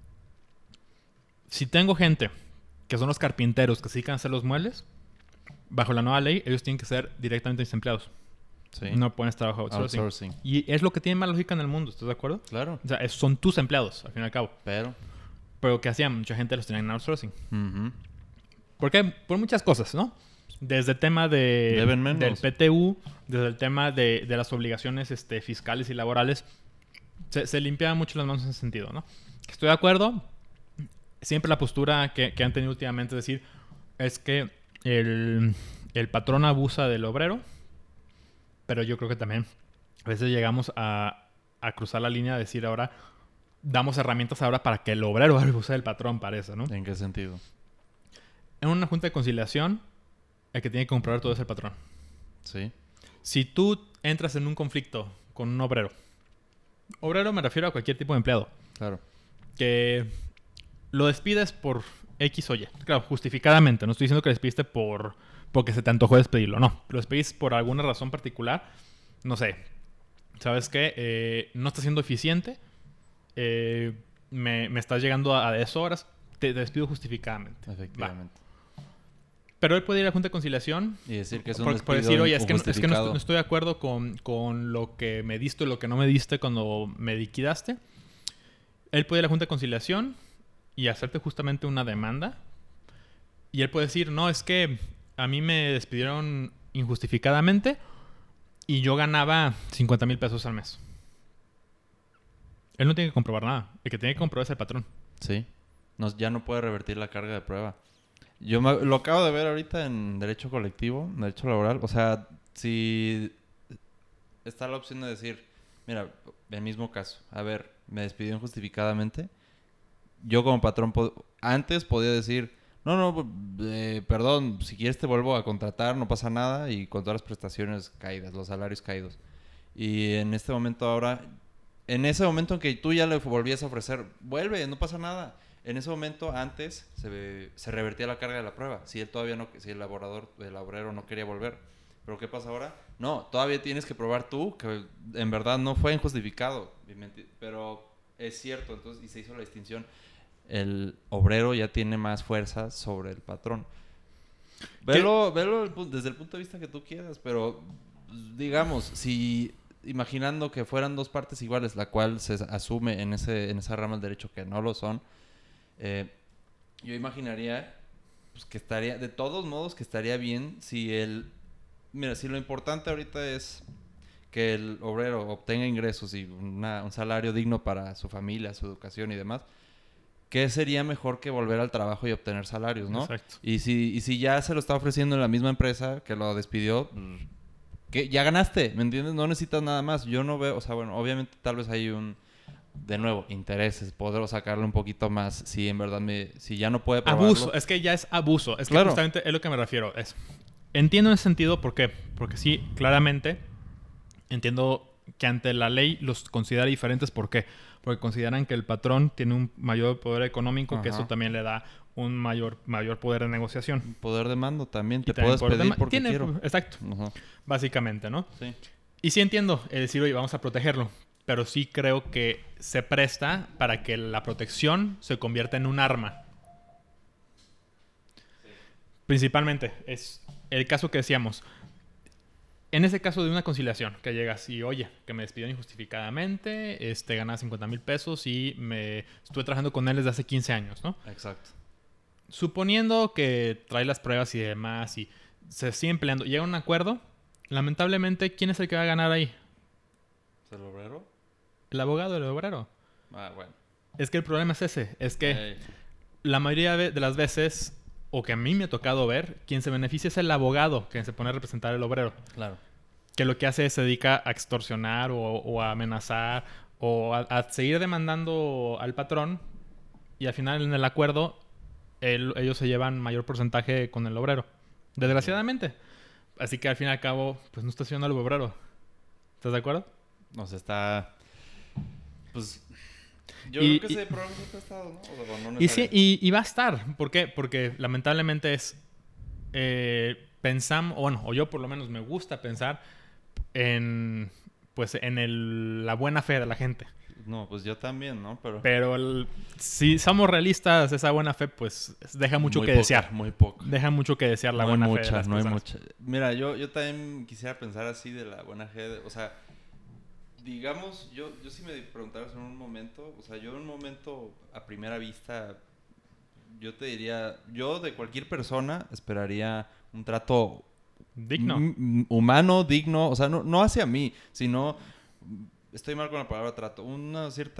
Si tengo gente que son los carpinteros que se dedican a hacer los muebles, bajo la nueva ley, ellos tienen que ser directamente mis empleados. Sí. No pueden estar bajo outsourcing. Y es lo que tiene más lógica en el mundo, ¿estás de acuerdo? Claro. O sea, son tus empleados, al fin y al cabo. Pero ¿qué hacían? Mucha gente los tenía en outsourcing. Uh-huh. ¿Por qué? Por muchas cosas, ¿no? Desde el tema del PTU, desde el tema de las obligaciones fiscales y laborales, se limpiaban mucho las manos en ese sentido, ¿no? Estoy de acuerdo. Siempre la postura que han tenido últimamente es decir, es que el patrón abusa del obrero, pero yo creo que también a veces llegamos a cruzar la línea de decir ahora, damos herramientas ahora para que el obrero abuse del patrón, parece, ¿no? ¿En qué sentido? En una junta de conciliación, el que tiene que comprobar todo es el patrón. Sí. Si tú entras en un conflicto con un obrero me refiero a cualquier tipo de empleado. Claro. Que lo despides por X o Y. Claro, justificadamente. No estoy diciendo que despidiste porque se te antojó despedirlo. No. Lo despediste por alguna razón particular. No sé. ¿Sabes qué? No estás siendo eficiente. Me estás llegando a deshoras. Te despido justificadamente. Efectivamente. Va. Pero él puede ir a la Junta de Conciliación y decir que es un despido por decir, oye, es que no estoy de acuerdo con lo que me diste y lo que no me diste cuando me liquidaste. Él puede ir a la Junta de Conciliación y hacerte justamente una demanda. Y él puede decir, no, es que a mí me despidieron injustificadamente y yo ganaba 50,000 pesos al mes. Él no tiene que comprobar nada. El que tiene que comprobar es el patrón. Sí. Ya no puede revertir la carga de prueba. Yo lo acabo de ver ahorita en derecho colectivo, derecho laboral. O sea, si está la opción de decir, mira, el mismo caso. A ver, me despidió injustificadamente. Yo como patrón antes podía decir, no, perdón, si quieres te vuelvo a contratar, no pasa nada. Y con todas las prestaciones caídas, los salarios caídos. Y en este momento ahora, en ese momento en que tú ya le volvías a ofrecer, vuelve, no pasa nada. En ese momento, antes, se revertía la carga de la prueba. Si él todavía no, si el obrero no quería volver. ¿Pero qué pasa ahora? No, todavía tienes que probar tú que en verdad no fue injustificado. Pero es cierto, entonces, y se hizo la distinción. El obrero ya tiene más fuerza sobre el patrón. Velo desde el punto de vista que tú quieras, pero digamos, imaginando que fueran dos partes iguales, la cual se asume en esa rama del derecho que no lo son, yo imaginaría pues, que estaría, de todos modos, que estaría bien si si lo importante ahorita es que el obrero obtenga ingresos y un salario digno para su familia, su educación y demás, ¿qué sería mejor que volver al trabajo y obtener salarios, no? Exacto. Y si ya se lo está ofreciendo en la misma empresa que lo despidió, que ya ganaste, ¿me entiendes? No necesitas nada más. Yo no veo, o sea, bueno, obviamente tal vez hay de nuevo, intereses, poder sacarle un poquito más si en verdad si ya no puede probarlo. Abuso, es que ya es abuso. Es claro. que justamente es lo que me refiero. Entiendo en ese sentido, ¿por qué? Porque sí, claramente entiendo que ante la ley los considera diferentes. ¿Por qué? Porque consideran que el patrón tiene un mayor poder económico, que eso también le da un mayor poder de negociación. Un poder de mando también. Te puedes pedir porque quiero. Exacto. Básicamente, ¿no? Sí. Y sí entiendo el decir, oye, vamos a protegerlo. Pero sí creo que se presta para que la protección se convierta en un arma. Sí. Principalmente, es el caso que decíamos. En ese caso de una conciliación, que llegas y, oye, que me despidieron injustificadamente, ganaba 50,000 pesos y estuve trabajando con él desde hace 15 años, ¿no? Exacto. Suponiendo que trae las pruebas y demás y se siguen peleando, llega a un acuerdo, lamentablemente, ¿quién es el que va a ganar ahí? ¿El obrero? El abogado del obrero. Ah, bueno. Es que el problema es ese. Es que la mayoría de las veces, o que a mí me ha tocado ver, quien se beneficia es el abogado que se pone a representar al obrero. Claro. Que lo que hace es se dedica a extorsionar o a amenazar o a seguir demandando al patrón. Y al final, en el acuerdo, ellos se llevan mayor porcentaje con el obrero. Desgraciadamente. Así que al fin y al cabo, pues no está haciendo al obrero. ¿Estás de acuerdo? No se está... Pues yo creo que ese programa siempre ha estado, ¿no? Y va a estar. ¿Por qué? Porque lamentablemente es... pensamos... O yo por lo menos me gusta pensar en... Pues en la buena fe de la gente. No, pues yo también, ¿no? Pero si somos realistas, esa buena fe pues deja mucho que desear. Muy poco. Deja mucho que desear la buena fe de las personas. No hay mucha. Mira, yo también quisiera pensar así de la buena fe. O sea... Digamos, yo si me preguntaras en un momento, o sea, yo en un momento a primera vista, yo te diría, yo de cualquier persona esperaría un trato digno, humano, digno, o sea, no hacia mí, sino, estoy mal con la palabra trato, un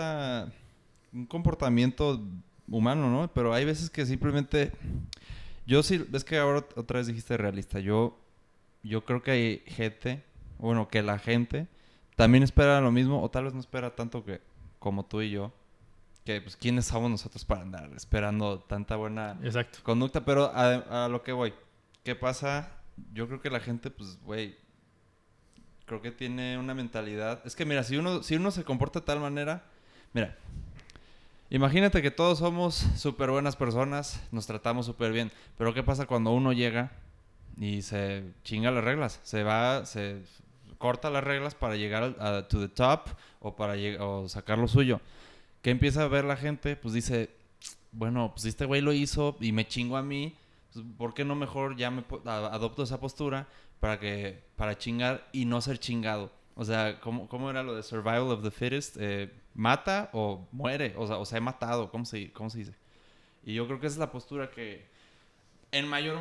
comportamiento humano, ¿no? Pero hay veces que simplemente, yo sí, ves que ahora otra vez dijiste realista, yo creo que hay gente, bueno, que la gente también espera lo mismo, o tal vez no espera tanto como tú y yo. Que, pues, ¿quiénes somos nosotros para andar esperando tanta buena conducta? Pero a lo que voy. ¿Qué pasa? Yo creo que la gente, pues, güey, creo que tiene una mentalidad... Es que, mira, si uno se comporta de tal manera... Mira, imagínate que todos somos súper buenas personas, nos tratamos súper bien. Pero ¿qué pasa cuando uno llega y se chinga las reglas? Se corta las reglas para llegar to the top o sacar lo suyo. ¿Qué empieza a ver la gente? Pues dice, bueno, pues este güey lo hizo y me chingo a mí. Pues, ¿por qué no mejor ya adopto esa postura para chingar y no ser chingado? O sea, ¿cómo era lo de survival of the fittest? ¿Mata o muere? O sea, he matado. ¿Cómo se dice? Y yo creo que esa es la postura que en mayor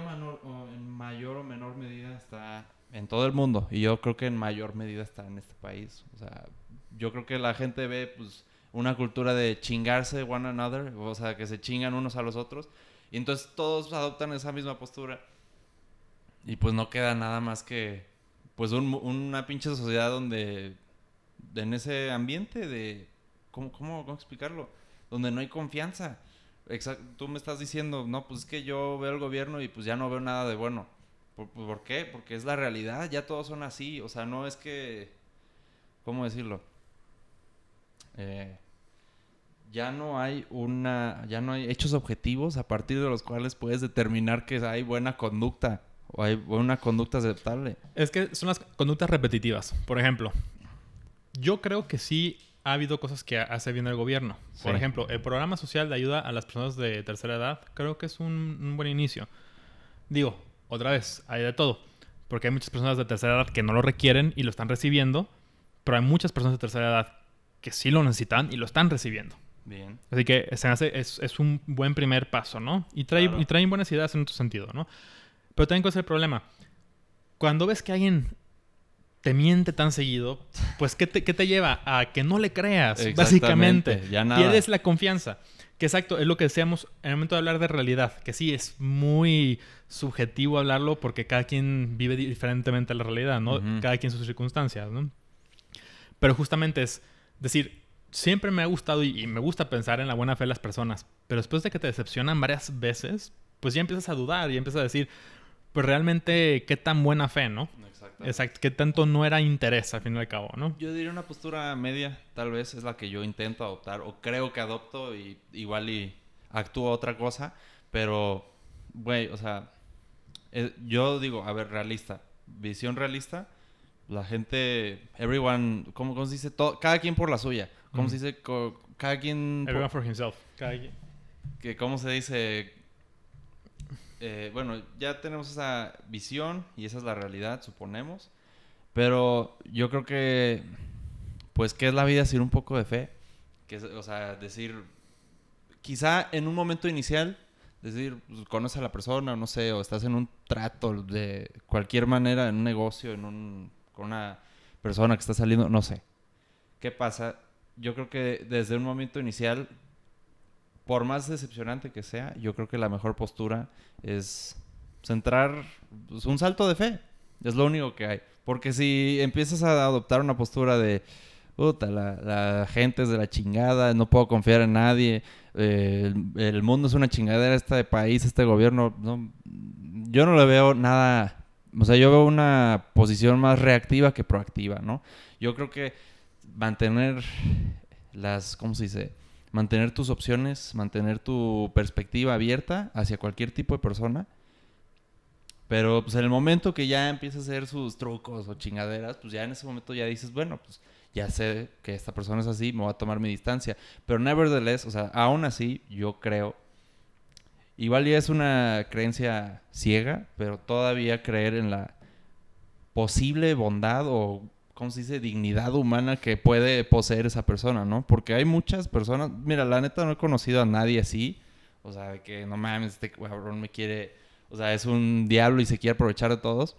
o menor medida está... En todo el mundo. Y yo creo que en mayor medida está en este país. O sea, yo creo que la gente ve, pues, una cultura de chingarse one another. O sea, que se chingan unos a los otros. Y entonces todos adoptan esa misma postura. Y pues no queda nada más que, pues, una pinche sociedad donde... En ese ambiente de... ¿Cómo explicarlo? Donde no hay confianza. Exacto. Tú me estás diciendo, no, pues es que yo veo el gobierno y pues ya no veo nada de bueno. ¿Por qué? Porque es la realidad, ya todos son así, o sea, no es que... ¿Cómo decirlo? Ya no hay hechos objetivos a partir de los cuales puedes determinar que hay buena conducta o hay buena conducta aceptable. Es que son las conductas repetitivas. Por ejemplo, yo creo que sí ha habido cosas que hace bien el gobierno. Por ejemplo, el programa social de ayuda a las personas de tercera edad creo que es un buen inicio. Digo... Otra vez, hay de todo. Porque hay muchas personas de tercera edad que no lo requieren y lo están recibiendo. Pero hay muchas personas de tercera edad que sí lo necesitan y lo están recibiendo. Bien. Así que es un buen primer paso, ¿no? Y traen buenas ideas en otro sentido, ¿no? Pero también, ¿cuál es el problema? Cuando ves que alguien te miente tan seguido, pues ¿qué te lleva? A que no le creas, Exactamente, básicamente. ya nada. Pierdes la confianza. Que exacto, es lo que decíamos en el momento de hablar de realidad, que sí, es muy subjetivo hablarlo porque cada quien vive diferentemente la realidad, ¿no? Ujú. Cada quien sus circunstancias, ¿no? Pero justamente es decir, siempre me ha gustado y me gusta pensar en la buena fe de las personas, pero después de que te decepcionan varias veces, pues ya empiezas a dudar y empiezas a decir, pues realmente qué tan buena fe, ¿no? Exactamente. Exacto, qué tanto no era interés al fin y al cabo, ¿no? Yo diría una postura media, tal vez es la que yo intento adoptar o creo que adopto y igual y actúo otra cosa, pero, güey, o sea, yo digo, a ver, realista, visión realista, la gente, everyone, ¿cómo se dice? Cada quien por la suya, ¿cómo se dice? Cada quien, Everyone for himself. Cada quien. ¿cómo se dice? Bueno, ya tenemos esa visión y esa es la realidad, suponemos, pero yo creo que pues, ¿qué es la vida sin un poco de fe? Que o sea, decir, quizá en un momento inicial, decir, pues, conoces a la persona, no sé, o estás en un trato de cualquier manera, en un negocio, con una persona que está saliendo, no sé. ¿Qué pasa? Yo creo que desde un momento inicial, por más decepcionante que sea, yo creo que la mejor postura es centrar pues, un salto de fe. Es lo único que hay. Porque si empiezas a adoptar una postura de puta, la gente es de la chingada, no puedo confiar en nadie, el mundo es una chingadera, este país, este gobierno, no, yo no le veo nada, o sea, yo veo una posición más reactiva que proactiva, ¿no? Yo creo que mantener ¿cómo se dice? Mantener tus opciones, mantener tu perspectiva abierta hacia cualquier tipo de persona. Pero pues en el momento que ya empieza a hacer sus trucos o chingaderas, pues ya en ese momento ya dices, bueno, pues ya sé que esta persona es así, me voy a tomar mi distancia. Pero nevertheless, o sea, aún así, yo creo, igual ya es una creencia ciega, pero todavía creer en la posible bondad o, ¿cómo se dice?, dignidad humana que puede poseer esa persona, ¿no? Porque hay muchas personas, mira, la neta no he conocido a nadie así, o sea, de que no mames, este cabrón me quiere, o sea, es un diablo y se quiere aprovechar de todos.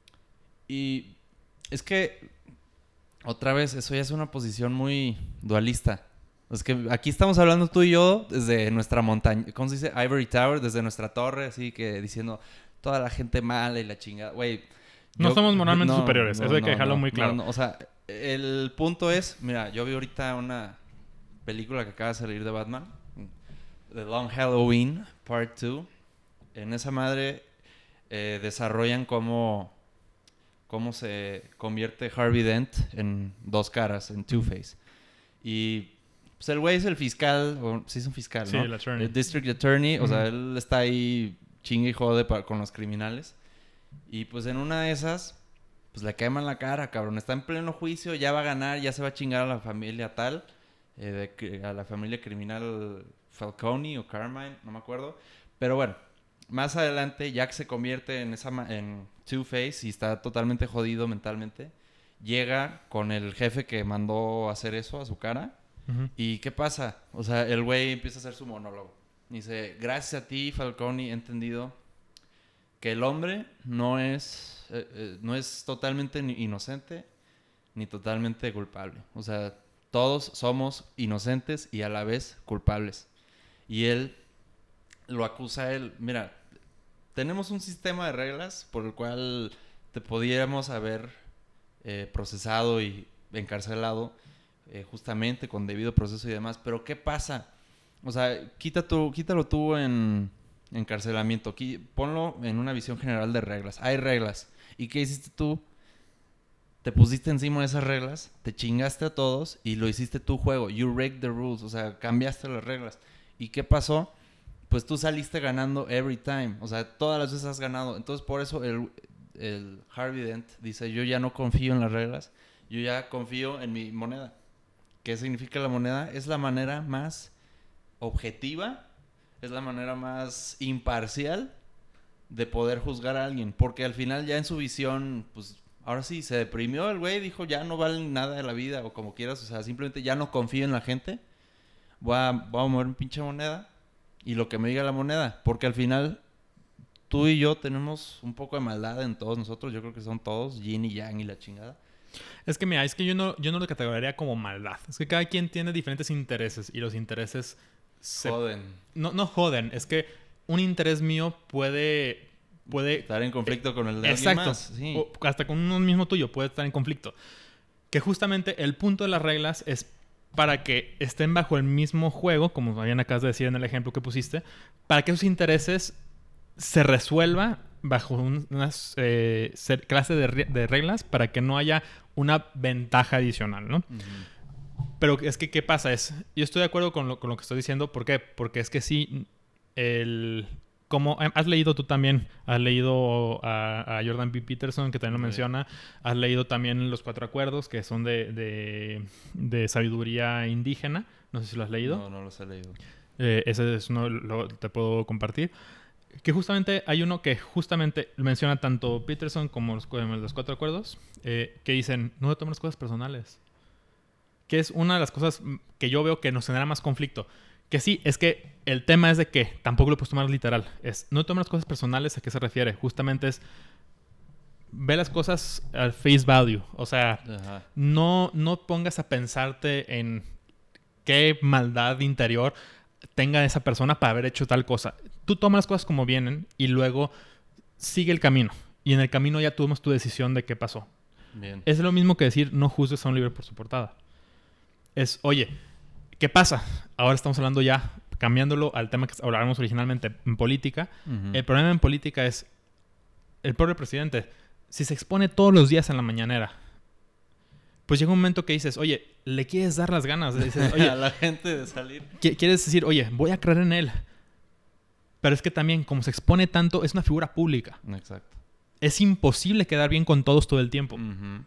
Y es que, otra vez, eso ya es una posición muy dualista. Es que aquí estamos hablando tú y yo desde nuestra montaña, ¿cómo se dice? Ivory Tower, desde nuestra torre, así que diciendo toda la gente mala y la chingada. Güey, No somos moralmente no, superiores, eso hay que dejarlo muy claro. o sea, el punto es, mira, yo vi ahorita una película que acaba de salir de Batman, The Long Halloween, Part 2. En esa madre desarrollan cómo se convierte Harvey Dent en dos caras, en Two-Face. Y pues el güey es el fiscal, o sí es un fiscal, Sí, ¿no? el attorney. El District Attorney, o sea, él está ahí chingue y jode con los criminales. Y pues en una de esas, pues le queman la cara, cabrón. Está en pleno juicio, ya va a ganar, ya se va a chingar a la familia tal, a la familia criminal Falcone o Carmine, no me acuerdo. Pero bueno, más adelante, Jack se convierte en Two-Face y está totalmente jodido mentalmente. Llega con el jefe que mandó hacer eso a su cara. Uh-huh. ¿Y qué pasa? O sea, el güey empieza a hacer su monólogo. Dice, gracias a ti, Falcone, he entendido que el hombre no es totalmente inocente ni totalmente culpable. O sea, todos somos inocentes y a la vez culpables. Y él lo acusa a él. Mira, tenemos un sistema de reglas por el cual te pudiéramos haber procesado y encarcelado justamente con debido proceso y demás. Pero ¿qué pasa? O sea, quítalo tú en encarcelamiento. Aquí, ponlo en una visión general de reglas. Hay reglas. ¿Y qué hiciste tú? Te pusiste encima de esas reglas, te chingaste a todos y lo hiciste tu juego. You break the rules, o sea, cambiaste las reglas. ¿Y qué pasó? Pues tú saliste ganando every time. O sea, todas las veces has ganado. Entonces, por eso el Harvey Dent dice, yo ya no confío en las reglas, yo ya confío en mi moneda. ¿Qué significa la moneda? Es la manera más objetiva, es la manera más imparcial de poder juzgar a alguien. Porque al final ya en su visión, pues ahora sí, se deprimió el güey, dijo ya no vale nada de la vida o como quieras. O sea, simplemente ya no confío en la gente. Voy a mover mi pinche moneda y lo que me diga la moneda. Porque al final tú y yo tenemos un poco de maldad en todos nosotros. Yo creo que son todos, yin y yang y la chingada. Es que mira, es que yo no lo categorizaría como maldad. Es que cada quien tiene diferentes intereses y los intereses Joden. No joden, es que un interés mío puede estar en conflicto con el de exacto, alguien más. Sí. O hasta con uno mismo tuyo puede estar en conflicto. Que justamente el punto de las reglas es para que estén bajo el mismo juego, como bien acabas de decir en el ejemplo que pusiste, para que esos intereses se resuelva bajo una clase de reglas para que no haya una ventaja adicional, ¿no? Uh-huh. Pero es que, ¿qué pasa? Yo estoy de acuerdo con lo que estoy diciendo. ¿Por qué? Porque es que sí, como has leído tú también, has leído a Jordan B. Peterson, que también lo menciona, has leído también Los Cuatro Acuerdos, que son de sabiduría indígena. No sé si lo has leído. No los he leído. Ese es uno, te puedo compartir. Que justamente hay uno que justamente menciona tanto Peterson como los Cuatro Acuerdos, que dicen, no te tomes las cosas personales. Que es una de las cosas que yo veo que nos genera más conflicto. Que sí, es que el tema es de que tampoco lo puedes tomar literal. No tomes las cosas personales. ¿A qué se refiere? Justamente es ve las cosas al face value. O sea, no pongas a pensarte en qué maldad interior tenga esa persona para haber hecho tal cosa. Tú tomas las cosas como vienen y luego sigue el camino. Y en el camino ya tomas tu decisión de qué pasó. Bien. Es lo mismo que decir no juzgues a un libro por su portada. Es, oye, ¿qué pasa? Ahora estamos hablando ya, cambiándolo al tema que hablábamos originalmente en política. Uh-huh. El problema en política es el pobre presidente. Si se expone todos los días en la mañanera, pues llega un momento que dices, oye, le quieres dar las ganas. Dices, oye, a la gente de salir. Quieres decir, oye, voy a creer en él. Pero es que también, como se expone tanto, es una figura pública. Exacto. Es imposible quedar bien con todos todo el tiempo. Uh-huh.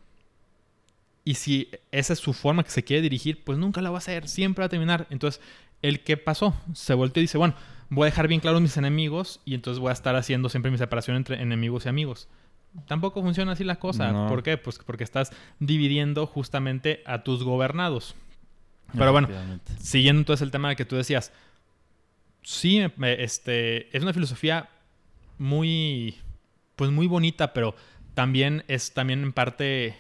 Y si esa es su forma que se quiere dirigir, pues nunca la va a hacer. Siempre va a terminar. Entonces, ¿el qué pasó? Se volteó y dice, bueno, voy a dejar bien claros mis enemigos y entonces voy a estar haciendo siempre mi separación entre enemigos y amigos. Tampoco funciona así la cosa. No. ¿Por qué? Pues porque estás dividiendo justamente a tus gobernados. Pero bueno, siguiendo entonces el tema de que tú decías, sí, es una filosofía muy bonita, pero también es en parte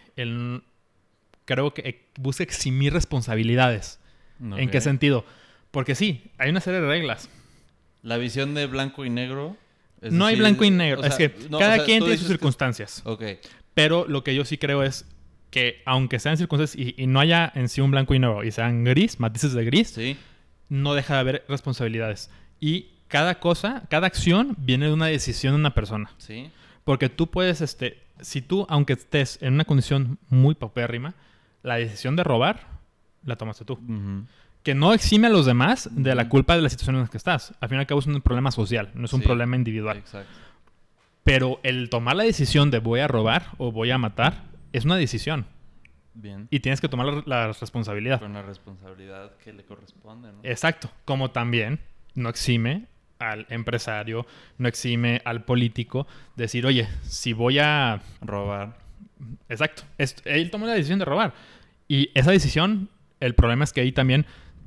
creo que busca eximir responsabilidades. Okay. ¿En qué sentido? Porque sí, hay una serie de reglas. La visión de blanco y negro. No hay blanco y negro. Es que cada quien tiene sus circunstancias. Okay. Pero lo que yo sí creo es que aunque sean circunstancias y no haya en sí un blanco y negro y sean gris, matices de gris, sí, no deja de haber responsabilidades. Y cada acción viene de una decisión de una persona. Sí. Porque tú puedes, si tú, aunque estés en una condición muy paupérrima, la decisión de robar la tomaste tú. Uh-huh. Que no exime a los demás de la culpa de la situación en la que estás. Al fin y al cabo es un problema social, no es un problema individual. Exacto. Pero el tomar la decisión de voy a robar o voy a matar es una decisión. Bien. Y tienes que tomar la responsabilidad. Con la responsabilidad que le corresponde, ¿no? Exacto. Como también no exime al empresario, no exime al político decir, oye, si voy a robar. Exacto. Él tomó la decisión de robar. Y esa decisión, el problema es que ahí también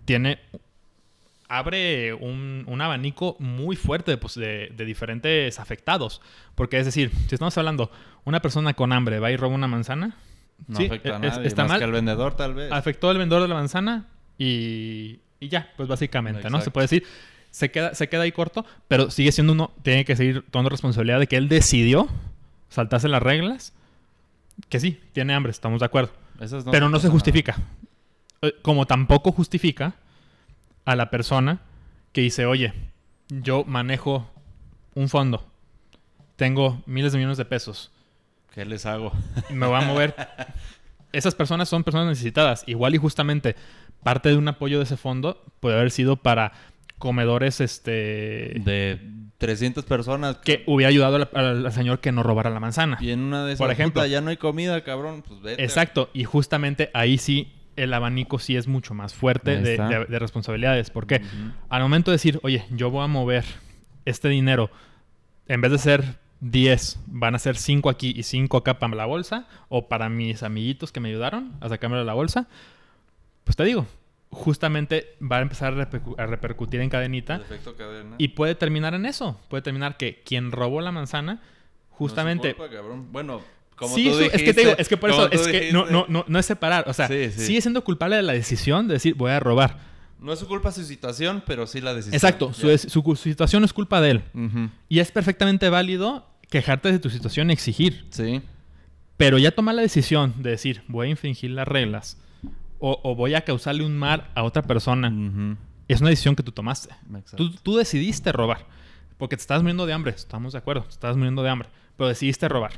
abre un abanico muy fuerte de diferentes afectados. Porque es decir, si estamos hablando, una persona con hambre va y roba una manzana. No afecta a nadie, está más mal, que al vendedor tal vez. Afectó al vendedor de la manzana y ya, pues básicamente, exacto, ¿no? Se puede decir, se queda ahí corto, pero sigue siendo tiene que seguir tomando responsabilidad de que él decidió saltarse las reglas. Que sí, tiene hambre, estamos de acuerdo. Pero no se justifica. Como tampoco justifica a la persona que dice, oye, yo manejo un fondo, tengo miles de millones de pesos. ¿Qué les hago? Me voy a mover. Esas personas son personas necesitadas. Igual y justamente parte de un apoyo de ese fondo puede haber sido para comedores de 300 personas. Que hubiera ayudado al señor que no robara la manzana. Y en una de esas, por ejemplo, ya no hay comida, cabrón, pues vete. Exacto. Y justamente ahí sí el abanico sí es mucho más fuerte de responsabilidades. ¿Por qué? Uh-huh. Al momento de decir, oye, yo voy a mover este dinero, en vez de ser 10, van a ser 5 aquí y 5 acá para la bolsa, o para mis amiguitos que me ayudaron a sacarme de la bolsa, pues te digo, justamente va a empezar a repercutir en cadenita. El efecto cadena. Y puede terminar en eso. Puede terminar que quien robó la manzana, justamente... No es su culpa, cabrón. Bueno, Como sí, tú dijiste, es que te digo, es que por eso, es que dijiste. no es separar. O sea, sigue siendo culpable de la decisión de decir, voy a robar. No es su culpa su situación, pero sí la decisión. Exacto, su situación es culpa de él. Uh-huh. Y es perfectamente válido quejarte de tu situación y exigir. Sí. Pero ya tomar la decisión de decir, voy a infringir las reglas o voy a causarle un mal a otra persona, Uh-huh. es una decisión que tú tomaste. Exacto. Tú decidiste robar. Porque te estabas muriendo de hambre. Estamos de acuerdo. Te estabas muriendo de hambre. Pero decidiste robar.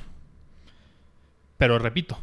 Pero repito,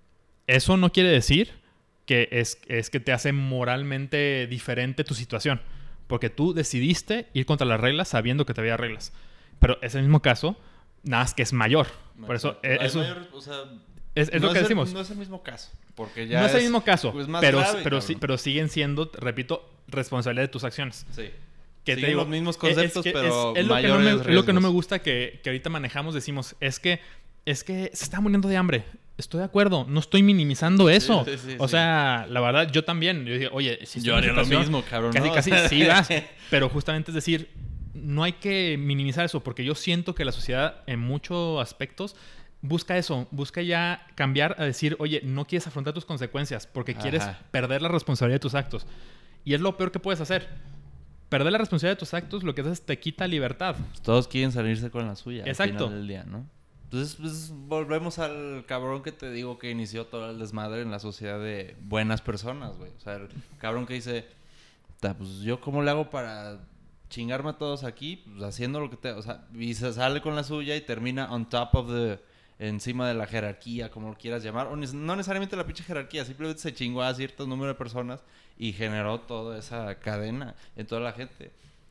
eso no quiere decir que es que te hace moralmente diferente tu situación. Porque tú decidiste ir contra las reglas sabiendo que te había reglas. Pero ese mismo caso, nada más que es mayor. Por eso, eso mayor, o sea, es no lo que decimos. No es el mismo caso. Porque ya no es el mismo caso, pues, más pero, grave, pero siguen siendo, repito, responsabilidad de tus acciones. Sí. Que siguen te digo, los mismos conceptos, pero es mayores lo que no me gusta que ahorita manejamos. Decimos, es que se está muriendo de hambre. Estoy de acuerdo, no estoy minimizando eso. Sí, o sea, la verdad, yo también. Yo digo, oye, si yo haría lo mismo, cabrón. Casi sí vas. Pero justamente es decir, no hay que minimizar eso, porque yo siento que la sociedad en muchos aspectos busca eso, busca ya cambiar a decir, oye, no quieres afrontar tus consecuencias porque quieres perder la responsabilidad de tus actos. Y es lo peor que puedes hacer. Perder la responsabilidad de tus actos lo que hace es te quita libertad. Todos quieren salirse con la suya. Exacto. Al final del día, ¿no? Entonces, pues, volvemos al cabrón que te digo que inició todo el desmadre en la sociedad de buenas personas, güey. O sea, el cabrón que dice, pues, ¿yo cómo le hago para chingarme a todos aquí? Pues, haciendo lo que te... O sea, y se sale con la suya y termina on top of the... Encima de la jerarquía, como lo quieras llamar. O no necesariamente la pinche jerarquía. Simplemente se chingó a cierto número de personas y generó toda esa cadena en toda la gente.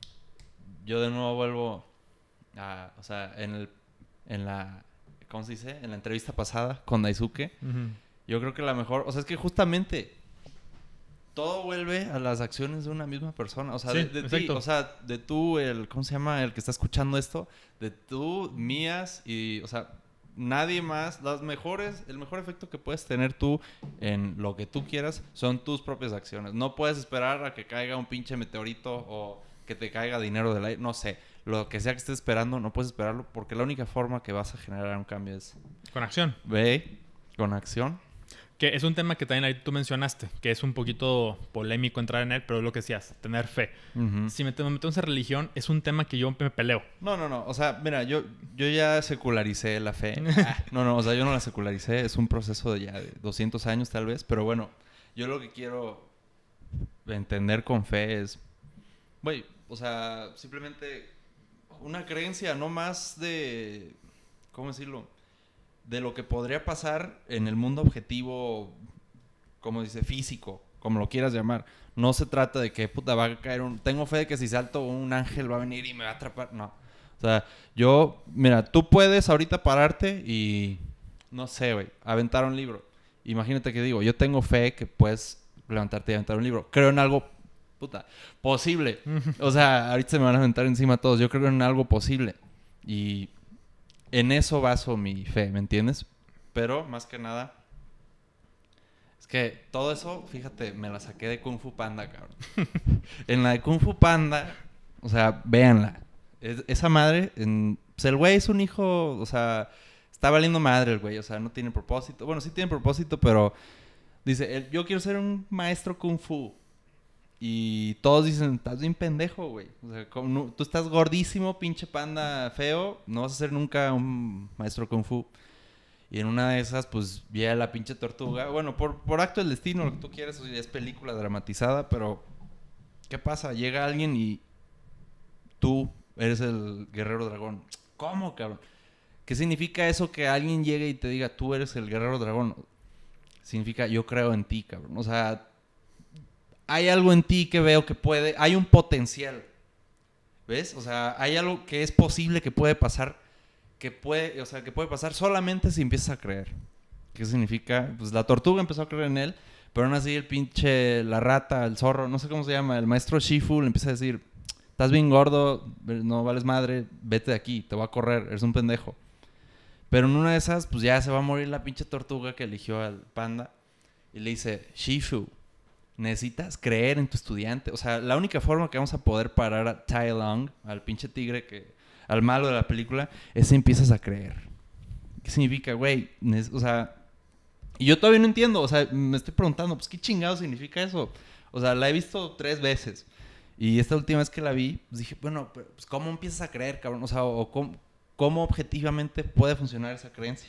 Yo de nuevo vuelvo a... O sea, en la... ¿Cómo se dice? En la entrevista pasada con Daisuke. Uh-huh. Yo creo que la mejor... O sea, es que justamente todo vuelve a las acciones de una misma persona. O sea, sí, de ti. O sea, de tú, ¿cómo se llama? El que está escuchando esto. De tú, mías y... O sea, nadie más. El mejor efecto que puedes tener tú en lo que tú quieras son tus propias acciones. No puedes esperar a que caiga un pinche meteorito o que te caiga dinero del aire. No sé. Lo que sea que estés esperando, no puedes esperarlo porque la única forma que vas a generar un cambio es... Con acción. Ve, con acción. Que es un tema que también ahí tú mencionaste, que es un poquito polémico entrar en él, pero es lo que decías, tener fe. Uh-huh. Si metemos en religión, es un tema que yo me peleo. No. O sea, mira, yo ya secularicé la fe. O sea, yo no la secularicé. Es un proceso de ya de 200 años tal vez. Pero bueno, yo lo que quiero entender con fe es... Güey, o sea, simplemente... una creencia, no más de... ¿Cómo decirlo? De lo que podría pasar en el mundo objetivo, como dice, físico, como lo quieras llamar. No se trata de que, puta, va a caer un... Tengo fe de que si salto un ángel va a venir y me va a atrapar. No. O sea, mira, tú puedes ahorita pararte y... No sé, güey, aventar un libro. Imagínate que digo, yo tengo fe que puedes levantarte y aventar un libro. Creo en algo... Puta, posible. O sea, ahorita se me van a aventar encima todos. Yo creo en algo posible. Y en eso baso mi fe, ¿me entiendes? Pero, más que nada, es que todo eso, fíjate, me la saqué de Kung Fu Panda, cabrón. En la de Kung Fu Panda, o sea, véanla. Esa madre, pues el güey es un hijo, o sea, está valiendo madre el güey. O sea, no tiene propósito. Bueno, sí tiene propósito, pero dice, yo quiero ser un maestro Kung Fu. Y todos dicen, estás bien pendejo, güey. O sea, tú estás gordísimo, pinche panda feo. No vas a ser nunca un maestro Kung Fu. Y en una de esas, pues, vi a la pinche tortuga. Bueno, por acto del destino, lo que tú quieres. O sea, es película dramatizada, pero... ¿Qué pasa? Llega alguien y... Tú eres el guerrero dragón. ¿Cómo, cabrón? ¿Qué significa eso que alguien llegue y te diga, tú eres el guerrero dragón? Significa, yo creo en ti, cabrón. O sea... Hay algo en ti que veo que puede... Hay un potencial. ¿Ves? O sea, hay algo que es posible que puede pasar. Que puede pasar solamente si empiezas a creer. ¿Qué significa? Pues la tortuga empezó a creer en él. Pero aún así el pinche... La rata, el zorro, no sé cómo se llama. El maestro Shifu le empieza a decir... Estás bien gordo, no vales madre. Vete de aquí, te voy a correr. Eres un pendejo. Pero en una de esas, pues ya se va a morir la pinche tortuga que eligió al panda. Y le dice... Shifu... Necesitas creer en tu estudiante. O sea, la única forma que vamos a poder parar a Tai Lung, al pinche tigre al malo de la película, es si empiezas a creer. ¿Qué significa, güey? O sea, y yo todavía no entiendo. O sea, me estoy preguntando, pues, ¿qué chingado significa eso? O sea, la he visto 3 veces. Y esta última vez que la vi, pues dije, bueno, pues, ¿cómo empiezas a creer, cabrón? O sea, o cómo objetivamente puede funcionar esa creencia.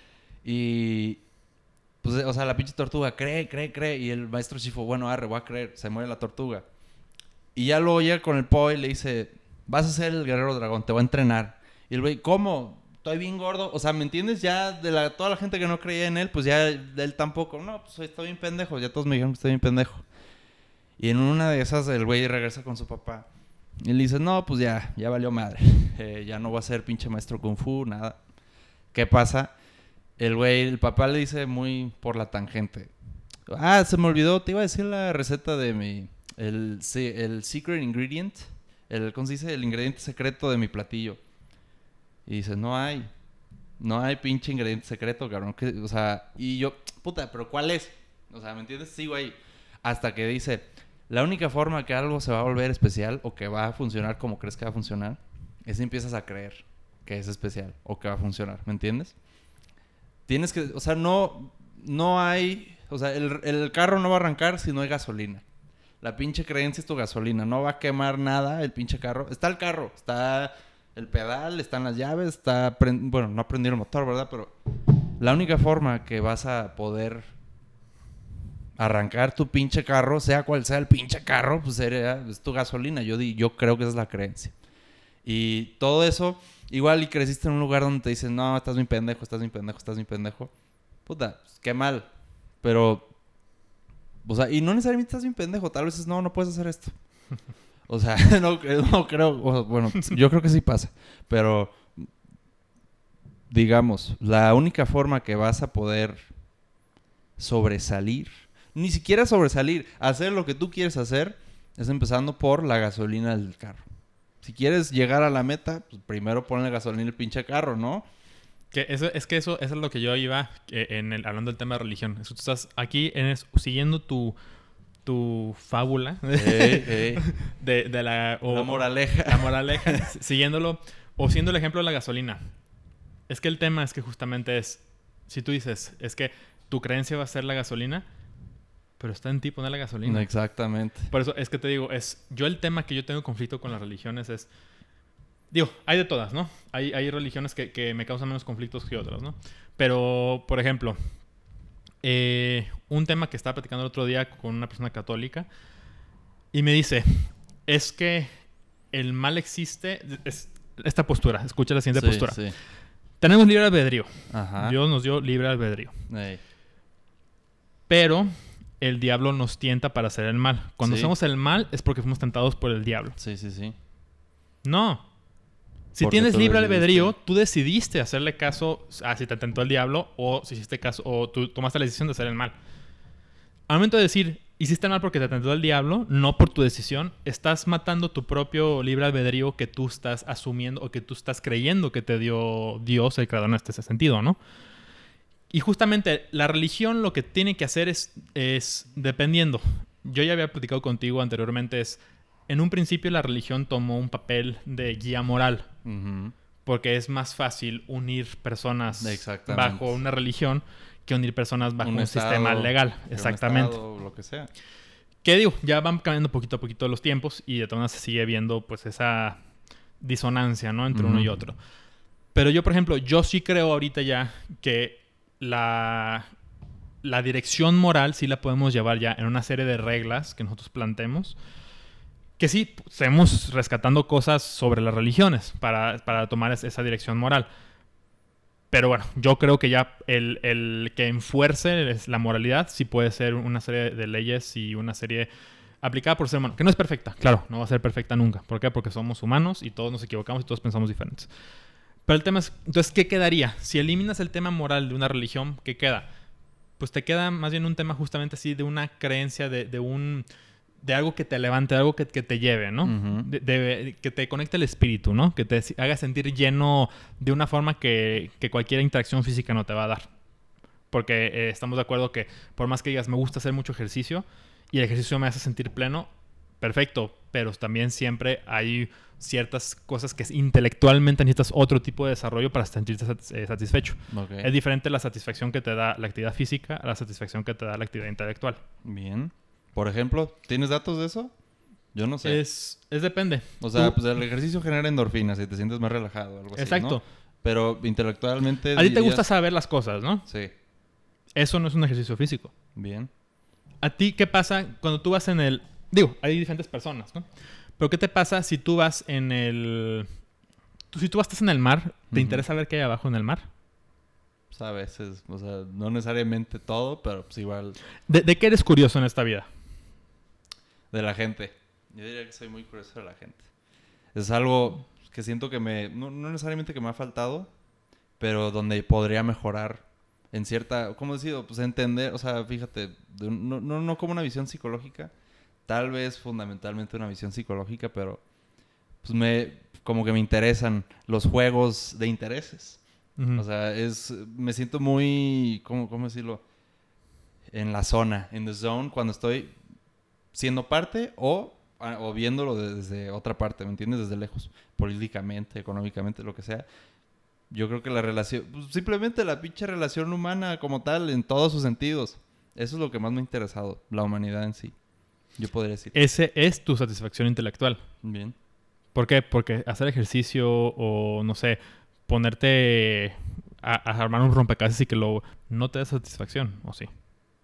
Y, pues, o sea, la pinche tortuga cree. Y el maestro Shifu, bueno, arre, voy a creer. Se muere la tortuga. Y ya luego llega con el Po y le dice, vas a ser el guerrero dragón, te voy a entrenar. Y el güey, ¿cómo? Estoy bien gordo. O sea, ¿me entiendes? Ya de toda la gente que no creía en él, pues ya de él tampoco. No, pues estoy bien pendejo. Ya todos me dijeron que estoy bien pendejo. Y en una de esas el güey regresa con su papá. Y le dice, no, pues ya valió madre. Ya no voy a ser pinche maestro kung fu, nada. ¿Qué pasa? El papá le dice muy por la tangente. Ah, se me olvidó, te iba a decir la receta de mi... el secret ingredient. ¿Cómo se dice? El ingrediente secreto de mi platillo. Y dice, no hay pinche ingrediente secreto, cabrón. O sea, y yo, puta, ¿pero cuál es? O sea, ¿me entiendes? Sigo ahí. Hasta que dice, la única forma que algo se va a volver especial o que va a funcionar como crees que va a funcionar es si empiezas a creer que es especial o que va a funcionar, ¿me entiendes? Tienes que, o sea, no hay, o sea, el carro no va a arrancar si no hay gasolina. La pinche creencia es tu gasolina, no va a quemar nada el pinche carro. Está el carro, está el pedal, están las llaves, bueno, no aprendí el motor, ¿verdad? Pero la única forma que vas a poder arrancar tu pinche carro, sea cual sea el pinche carro, pues es tu gasolina. Yo creo que esa es la creencia. Y todo eso, igual y creciste en un lugar donde te dicen, no, estás bien pendejo. Puta, pues, qué mal. Pero, o sea, y no necesariamente estás bien pendejo. Tal vez es, no puedes hacer esto. O sea, no creo, bueno, yo creo que sí pasa. Pero, digamos, la única forma que vas a poder sobresalir, ni siquiera sobresalir, hacer lo que tú quieres hacer, es empezando por la gasolina del carro. Si quieres llegar a la meta, pues primero ponle gasolina al pinche carro, ¿no? Eso es lo que yo iba hablando del tema de religión. Tú estás aquí siguiendo tu fábula de la moraleja. La moraleja, siguiéndolo, o siendo el ejemplo de la gasolina. Es que el tema es que justamente si tú dices, es que tu creencia va a ser la gasolina, pero está en ti poner la gasolina. No, exactamente. Por eso es que te digo, yo el tema que yo tengo conflicto con las religiones es... Digo, hay de todas, ¿no? Hay religiones que me causan menos conflictos que otras, ¿no? Pero, por ejemplo, un tema que estaba platicando el otro día con una persona católica y me dice, es que el mal existe... esta postura, escucha la siguiente postura. Sí. Tenemos libre albedrío. Ajá. Dios nos dio libre albedrío. Ey. Pero el diablo nos tienta para hacer el mal. Cuando hacemos el mal es porque fuimos tentados por el diablo. Sí. No. Si tienes libre albedrío, tú decidiste hacerle caso a si te tentó el diablo o si hiciste caso o tú tomaste la decisión de hacer el mal. Al momento de decir, hiciste el mal porque te tentó el diablo, no por tu decisión, estás matando tu propio libre albedrío que tú estás asumiendo o que tú estás creyendo que te dio Dios, el creador en este sentido, ¿no? Y justamente la religión lo que tiene que hacer es dependiendo. Yo ya había platicado contigo anteriormente, en un principio la religión tomó un papel de guía moral. Uh-huh. Porque es más fácil unir personas bajo una religión que unir personas bajo un sistema legal. Exactamente. Un estado, lo que sea. Que digo, ya van cambiando poquito a poquito los tiempos y de todas maneras se sigue viendo pues esa disonancia, ¿no? Entre uno y otro. Pero yo, por ejemplo, yo sí creo ahorita ya que la dirección moral sí la podemos llevar ya en una serie de reglas que nosotros planteemos. Que sí, estemos rescatando cosas sobre las religiones para tomar esa dirección moral. Pero bueno, yo creo que ya el que enfuerce la moralidad sí puede ser una serie de leyes y una serie aplicada por ser humano. Que no es perfecta, claro, no va a ser perfecta nunca. ¿Por qué? Porque somos humanos y todos nos equivocamos y todos pensamos diferentes. Pero el tema es, entonces, ¿qué quedaría? Si eliminas el tema moral de una religión, ¿qué queda? Pues te queda más bien un tema justamente así de una creencia, de algo que te levante, de algo que te lleve, ¿no? Uh-huh. Que te conecte el espíritu, ¿no? Que te haga sentir lleno de una forma que cualquier interacción física no te va a dar. Porque estamos de acuerdo que por más que digas, me gusta hacer mucho ejercicio y el ejercicio me hace sentir pleno, perfecto. pero también siempre hay ciertas cosas que intelectualmente necesitas otro tipo de desarrollo para sentirte satisfecho. Okay. Es diferente la satisfacción que te da la actividad física a la satisfacción que te da la actividad intelectual. Bien. Por ejemplo, ¿tienes datos de eso? Yo no sé. Es depende. O sea, pues el ejercicio genera endorfinas y te sientes más relajado, algo así, Exacto. ¿no? Pero intelectualmente... A ti te gusta saber las cosas, ¿no? Sí. Eso no es un ejercicio físico. Bien. ¿A ti qué pasa cuando tú vas en el... Digo, hay diferentes personas, ¿no? Pero ¿qué te pasa si tú vas en el... Si tú estás en el mar, ¿te interesa ver qué hay abajo en el mar? Pues a veces, o sea, no necesariamente todo, pero pues igual... ¿De qué eres curioso en esta vida? De la gente. Yo diría que soy muy curioso de la gente. Es algo que siento que no necesariamente que me ha faltado, pero donde podría mejorar en cierta... ¿Cómo decirlo? Pues entender, o sea, fíjate, no como una visión psicológica, tal vez fundamentalmente una visión psicológica, pero pues como que me interesan los juegos de intereses. O sea, me siento muy, ¿cómo decirlo? En la zona, en the zone, cuando estoy siendo parte o viéndolo desde otra parte, ¿me entiendes? Desde lejos, políticamente, económicamente, lo que sea. Yo creo que la relación, pues simplemente la pinche relación humana como tal, en todos sus sentidos. Eso es lo que más me ha interesado, la humanidad en sí. Yo podría decir. Ese es tu satisfacción intelectual. Bien. ¿Por qué? Porque hacer ejercicio o, no sé, ponerte a armar un rompecabezas y que no te da satisfacción, ¿o sí?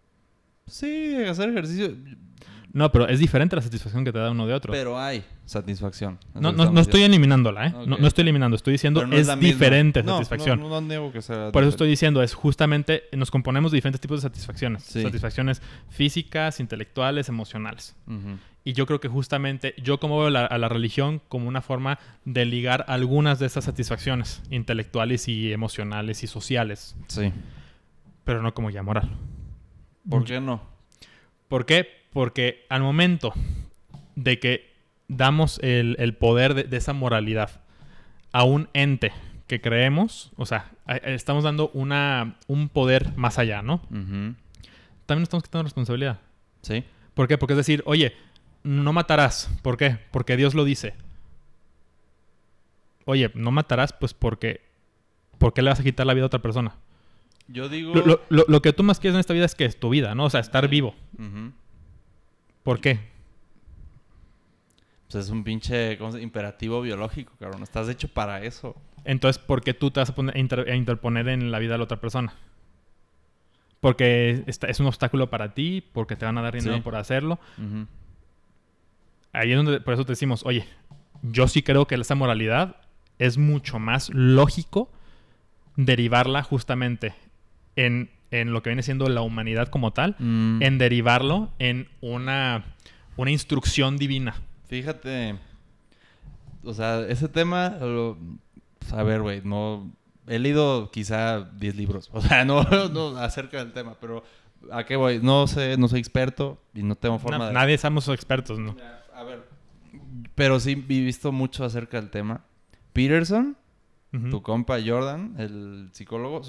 Sí, hacer ejercicio... No, pero es diferente la satisfacción que te da uno de otro. Pero hay satisfacción. No estoy eliminándola, ¿eh? Okay. No estoy eliminando. Estoy diciendo no es diferente satisfacción. No niego que sea Por diferente. eso estoy diciendo, es justamente... Nos componemos de diferentes tipos de satisfacciones. Sí. Satisfacciones físicas, intelectuales, emocionales. Uh-huh. Y yo creo que justamente... Yo como veo a la religión como una forma de ligar algunas de esas satisfacciones intelectuales y emocionales y sociales. Sí. Pero no como ya moral. ¿Por qué no? ¿Por qué? Porque al momento de que damos el poder de esa moralidad a un ente que creemos, o sea, estamos dando un poder más allá, ¿no? Uh-huh. También estamos quitando responsabilidad. Sí. ¿Por qué? Porque es decir, oye, no matarás. ¿Por qué? Porque Dios lo dice. Oye, no matarás, pues porque... ¿Por qué le vas a quitar la vida a otra persona? Yo digo... Lo que tú más quieres en esta vida es que es tu vida, ¿no? O sea, estar vivo. Uh-huh. ¿Por qué? Pues es un pinche imperativo biológico, cabrón. Estás hecho para eso. Entonces, ¿por qué tú te vas a interponer en la vida de la otra persona? Porque es un obstáculo para ti, porque te van a dar dinero por hacerlo. Uh-huh. Ahí es donde, por eso te decimos, oye, yo sí creo que esa moralidad es mucho más lógico derivarla justamente en lo que viene siendo la humanidad como tal, en derivarlo en una instrucción divina. Fíjate, o sea, ese tema, pues, a ver, güey, no... He leído quizá 10 libros, o sea, no acerca del tema, pero ¿a qué voy? No sé, no soy experto y no tengo forma de... Nadie somos expertos, ¿no? A ver, pero sí he visto mucho acerca del tema. Peterson, tu compa Jordan, el psicólogo,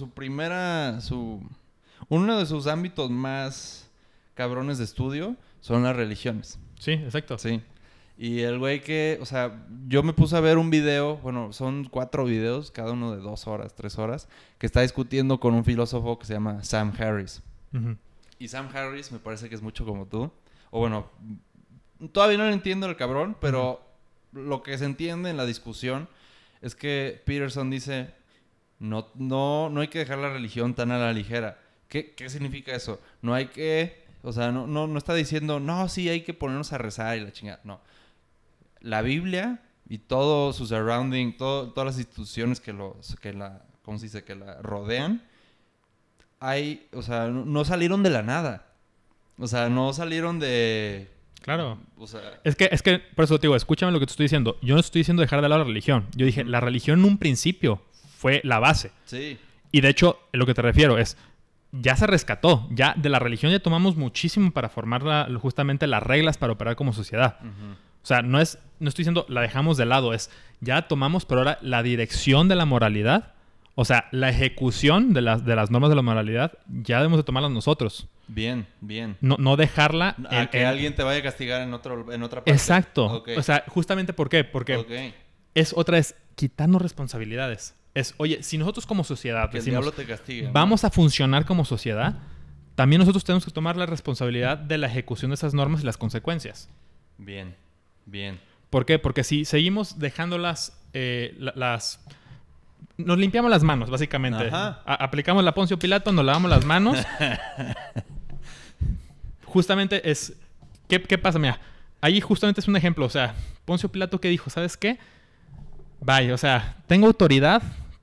uno de sus ámbitos más cabrones de estudio son las religiones. Sí, exacto. Sí. Y el güey o sea, yo me puse a ver un video, bueno, son 4 videos, cada uno de 2 horas, 3 horas, que está discutiendo con un filósofo que se llama Sam Harris. Uh-huh. Y Sam Harris me parece que es mucho como tú. O bueno, todavía no lo entiendo el cabrón, pero lo que se entiende en la discusión es que Peterson dice, no hay que dejar la religión tan a la ligera. ¿Qué significa eso? No hay que... O sea, no está diciendo, no, sí, hay que ponernos a rezar y la chingada. No. La Biblia y todo su surrounding, todas las instituciones que la rodean, o sea, no salieron de la nada. O sea, no salieron de... Claro. O sea... Es que, por eso te digo, escúchame lo que te estoy diciendo. Yo no estoy diciendo dejar de lado la religión. Yo dije, la religión en un principio fue la base. Sí. Y de hecho, lo que te refiero es, ya se rescató. Ya de la religión ya tomamos muchísimo para formar justamente las reglas para operar como sociedad. Uh-huh. O sea, no estoy diciendo la dejamos de lado, ya tomamos, pero ahora la dirección de la moralidad, o sea, la ejecución de las normas de la moralidad, ya debemos de tomarlas nosotros. Bien, bien. No dejarla... Que alguien te vaya a castigar en otra parte. Exacto. Okay. O sea, justamente ¿por qué? Porque es quitarnos responsabilidades. Oye, si nosotros como sociedad que decimos, el diablo te castigue, vamos a funcionar como sociedad, también nosotros tenemos que tomar la responsabilidad de la ejecución de esas normas y las consecuencias. Bien, bien. ¿Por qué? Porque si seguimos dejándolas, nos limpiamos las manos, básicamente. Aplicamos la Poncio Pilato, nos lavamos las manos. Justamente ¿Qué pasa? Mira, ahí justamente es un ejemplo. O sea, Poncio Pilato, ¿qué dijo? ¿Sabes qué? Vaya, o sea, tengo autoridad,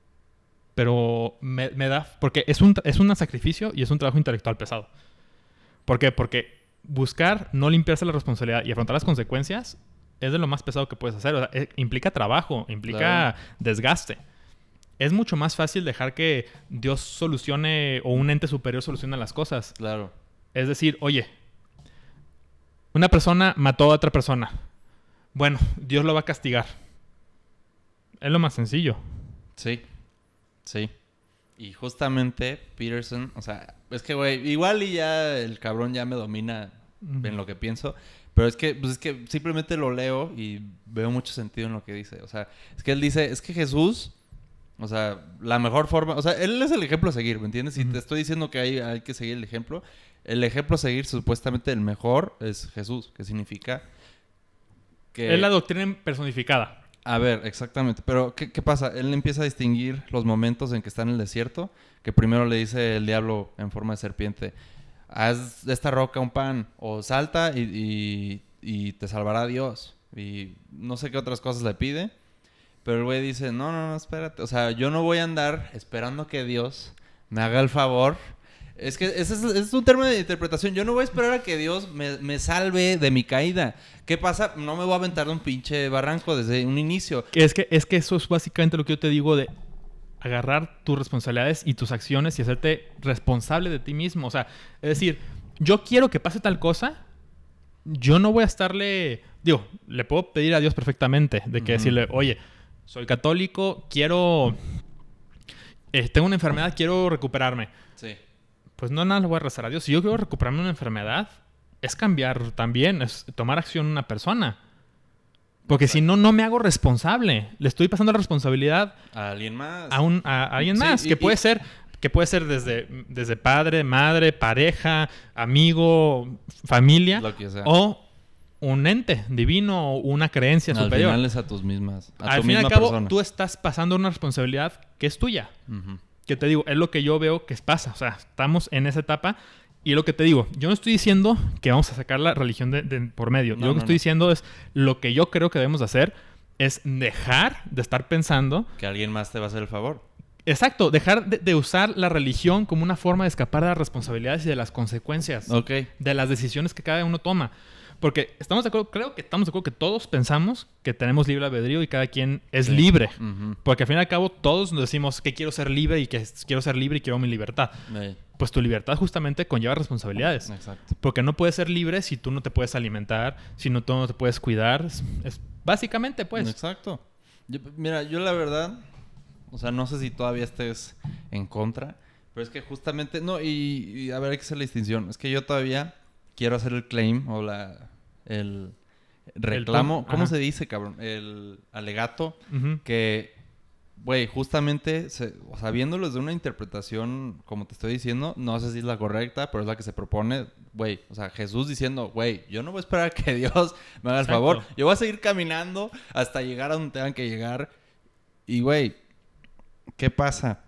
pero me da... Porque es un sacrificio y es un trabajo intelectual pesado. ¿Por qué? Porque buscar no limpiarse la responsabilidad y afrontar las consecuencias es de lo más pesado que puedes hacer. O sea, implica trabajo, implica desgaste. Es mucho más fácil dejar que Dios solucione o un ente superior solucione las cosas. Claro. Es decir, oye, una persona mató a otra persona. Bueno, Dios lo va a castigar. Es lo más sencillo. Sí. Sí. Y justamente Peterson, o sea, es que, güey, igual y ya el cabrón ya me domina en lo que pienso, pero es que simplemente lo leo y veo mucho sentido en lo que dice. O sea, es que él dice, es que Jesús, o sea, la mejor forma, o sea, él es el ejemplo a seguir, ¿me entiendes? Si te estoy diciendo que hay que seguir el ejemplo a seguir, supuestamente el mejor es Jesús, que significa que... Es la doctrina personificada. A ver, exactamente. Pero, ¿qué pasa? Él empieza a distinguir los momentos en que está en el desierto. Que primero le dice el diablo en forma de serpiente: haz de esta roca un pan. O salta y te salvará Dios. Y no sé qué otras cosas le pide. Pero el güey dice: no, espérate. O sea, yo no voy a andar esperando que Dios me haga el favor. Es que ese es un término de interpretación. Yo no voy a esperar a que Dios me salve de mi caída. ¿Qué pasa? No me voy a aventar de un pinche barranco desde un inicio. Es que eso es básicamente lo que yo te digo de agarrar tus responsabilidades y tus acciones y hacerte responsable de ti mismo. O sea, es decir, yo quiero que pase tal cosa. Yo no voy a estarle... Digo, le puedo pedir a Dios perfectamente de que decirle, oye, soy católico, quiero... tengo una enfermedad, quiero recuperarme. Sí. Pues no, nada le voy a rezar a Dios. Si yo quiero recuperarme de una enfermedad, es cambiar también, es tomar acción a una persona. Porque si no, no me hago responsable. Le estoy pasando la responsabilidad a alguien más. A alguien más. Que puede ser desde padre, madre, pareja, amigo, familia. Lo que sea. O un ente divino o una creencia superior. Al final es a tus mismas. Al fin y al cabo, tú estás pasando una responsabilidad que es tuya. Que te digo, es lo que yo veo que pasa. O sea, estamos en esa etapa. Y lo que te digo, yo no estoy diciendo que vamos a sacar la religión de por medio. Yo lo que estoy diciendo es lo que yo creo que debemos hacer es dejar de estar pensando... que alguien más te va a hacer el favor. Exacto. Dejar de usar la religión como una forma de escapar de las responsabilidades y de las consecuencias. De las decisiones que cada uno toma. Porque creo que estamos de acuerdo que todos pensamos que tenemos libre albedrío y cada quien es libre. Porque al fin y al cabo todos nos decimos que quiero ser libre y que quiero ser libre y quiero mi libertad. Pues tu libertad justamente conlleva responsabilidades. Exacto. Porque no puedes ser libre si tú no te puedes alimentar, si tú no te puedes cuidar. Es básicamente, pues. Exacto. Mira, yo la verdad, o sea, no sé si todavía estés en contra, pero es que justamente, no, y a ver, hay que hacer la distinción. Es que yo todavía quiero hacer el claim o el reclamo. ¿Cómo se dice, cabrón? El alegato que... Güey, justamente, o sea, viéndolo desde una interpretación, como te estoy diciendo, no sé si es la correcta, pero es la que se propone, güey. O sea, Jesús diciendo, güey, yo no voy a esperar a que Dios me haga el favor. Yo voy a seguir caminando hasta llegar a donde tengan que llegar. Y, güey, ¿qué pasa?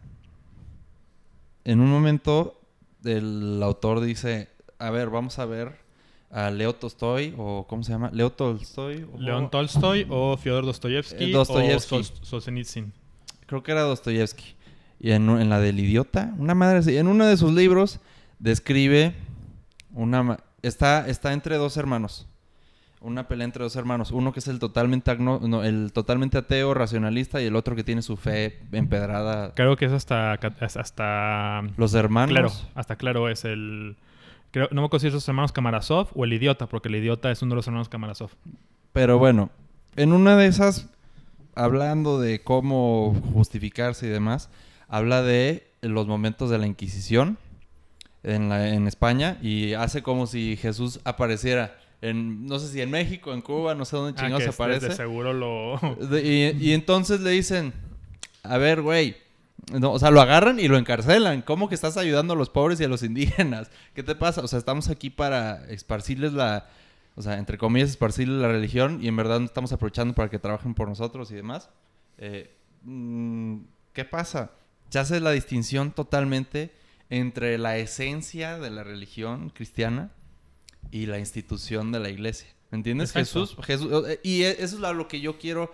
En un momento, el autor dice, a ver, vamos a ver a Leo Tolstoy, o ¿cómo se llama? Leo Tolstoy. León Tolstoy o Fyodor Dostoyevsky o Solzhenitsyn. Creo que era Dostoyevsky. Y en la del idiota, una madre así. En uno de sus libros describe está entre dos hermanos. Una pelea entre dos hermanos. Uno que es el totalmente ateo, racionalista, y el otro que tiene su fe empedrada. Creo que es hasta los hermanos. Claro, hasta claro es el... no me acuerdo si es los hermanos Kamarasov o el idiota, porque el idiota es uno de los hermanos Kamarasov. Pero bueno, en una de esas... hablando de cómo justificarse y demás, habla de los momentos de la Inquisición, en España y hace como si Jesús apareciera no sé si en México, en Cuba, no sé dónde chingados aparece. De seguro lo... Y entonces le dicen, a ver, güey, no, o sea, lo agarran y lo encarcelan. ¿Cómo que estás ayudando a los pobres y a los indígenas? ¿Qué te pasa? O sea, estamos aquí para esparcirles o sea, entre comillas, esparcirles la religión y en verdad no estamos aprovechando para que trabajen por nosotros y demás. ¿Qué pasa? Se hace la distinción totalmente entre la esencia de la religión cristiana y la institución de la iglesia. ¿Me entiendes? Jesús, y eso es lo que yo quiero,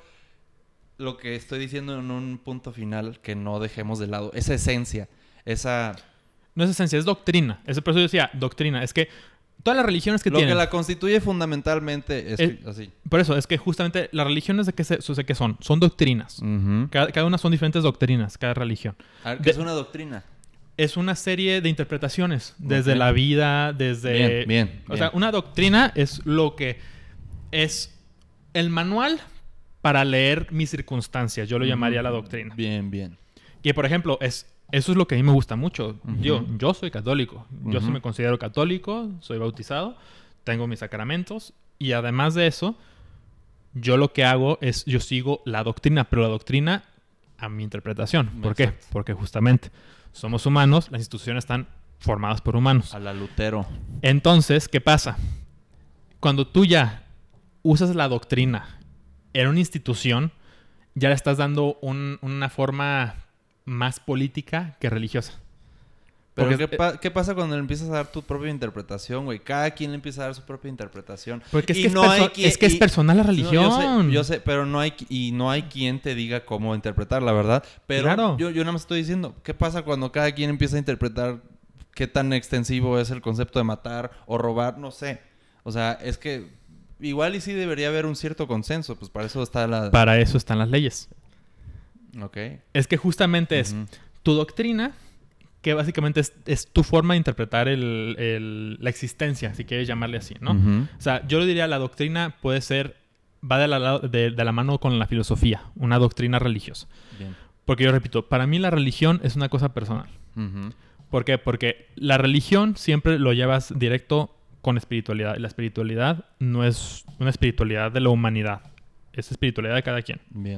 lo que estoy diciendo en un punto final, que no dejemos de lado. Esa esencia, esa... No es esencia, es doctrina. Por eso yo decía, doctrina. Es que todas las religiones que tienen... Lo que la constituye fundamentalmente es así. Por eso, es que justamente las religiones ¿qué son? Son doctrinas. Uh-huh. Cada una son diferentes doctrinas, cada religión. A ver, ¿qué es una doctrina? Es una serie de interpretaciones. Desde la vida, desde... Bien. O sea, una doctrina es lo que... Es el manual para leer mis circunstancias. Yo lo llamaría la doctrina. Bien. Y, por ejemplo, eso es lo que a mí me gusta mucho. Uh-huh. Yo soy católico. Yo sí me considero católico. Soy bautizado. Tengo mis sacramentos. Y además de eso, yo lo que hago es... Yo sigo la doctrina. Pero la doctrina a mi interpretación. ¿Por qué? Porque justamente somos humanos. Las instituciones están formadas por humanos. A la Lutero. Entonces, ¿qué pasa? Cuando tú ya usas la doctrina en una institución, ya le estás dando una forma más política que religiosa. Pero ¿qué pasa cuando le empiezas a dar tu propia interpretación, güey? Cada quien le empieza a dar su propia interpretación. Porque es personal la religión. No, yo sé, pero no hay quien te diga cómo interpretar, la verdad. Pero claro. yo nada más estoy diciendo, ¿qué pasa cuando cada quien empieza a interpretar qué tan extensivo es el concepto de matar o robar? No sé. O sea, es que igual y sí debería haber un cierto consenso. Pues para eso está Para eso están las leyes. Ok. Es que justamente es tu doctrina, que básicamente es tu forma de interpretar la existencia, si quieres llamarle así, ¿no? Uh-huh. O sea, yo le diría la doctrina puede ser... Va de la mano con la filosofía, una doctrina religiosa. Bien. Porque yo repito, para mí la religión es una cosa personal. Uh-huh. ¿Por qué? Porque la religión siempre lo llevas directo con espiritualidad. Y la espiritualidad no es una espiritualidad de la humanidad. Es espiritualidad de cada quien. Bien.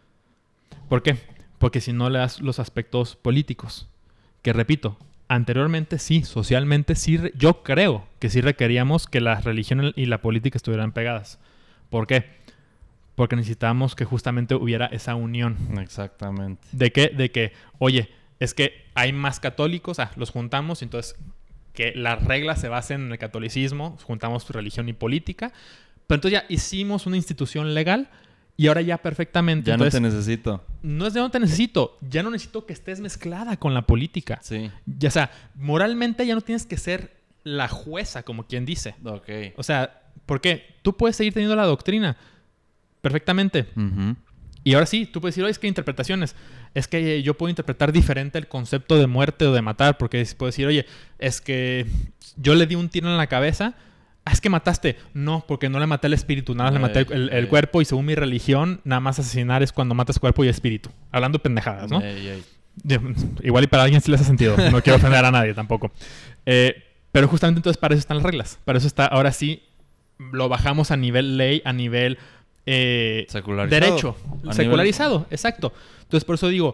¿Por qué? Porque si no le das los aspectos políticos. Que repito, anteriormente sí, socialmente sí, yo creo que sí requeríamos que la religión y la política estuvieran pegadas. ¿Por qué? Porque necesitábamos que justamente hubiera esa unión. Exactamente. ¿De qué? De que, oye, es que hay más católicos, los juntamos, entonces que las reglas se basen en el catolicismo, juntamos religión y política, pero entonces ya hicimos una institución legal y ahora ya perfectamente... Ya entonces, no te necesito. No es de no te necesito, ya no necesito que estés mezclada con la política. Sí. Ya, o sea, moralmente ya no tienes que ser la jueza, como quien dice. Ok. O sea, ¿por qué? Tú puedes seguir teniendo la doctrina perfectamente. Uh-huh. Y ahora sí, tú puedes decir, oye, es que interpretaciones. Es que yo puedo interpretar diferente el concepto de muerte o de matar. Porque puedo decir, oye, es que yo le di un tiro en la cabeza. Es que mataste. No, porque no le maté el espíritu. Nada más le maté el cuerpo. Y según mi religión, nada más asesinar es cuando matas cuerpo y espíritu. Hablando pendejadas, ¿no? Igual y para alguien sí les hace sentido. No quiero ofender a nadie tampoco. Pero justamente entonces para eso están las reglas. Para eso está, ahora sí, lo bajamos a nivel ley, a nivel... secularizado. Derecho. Secularizado, exacto. Entonces, por eso digo,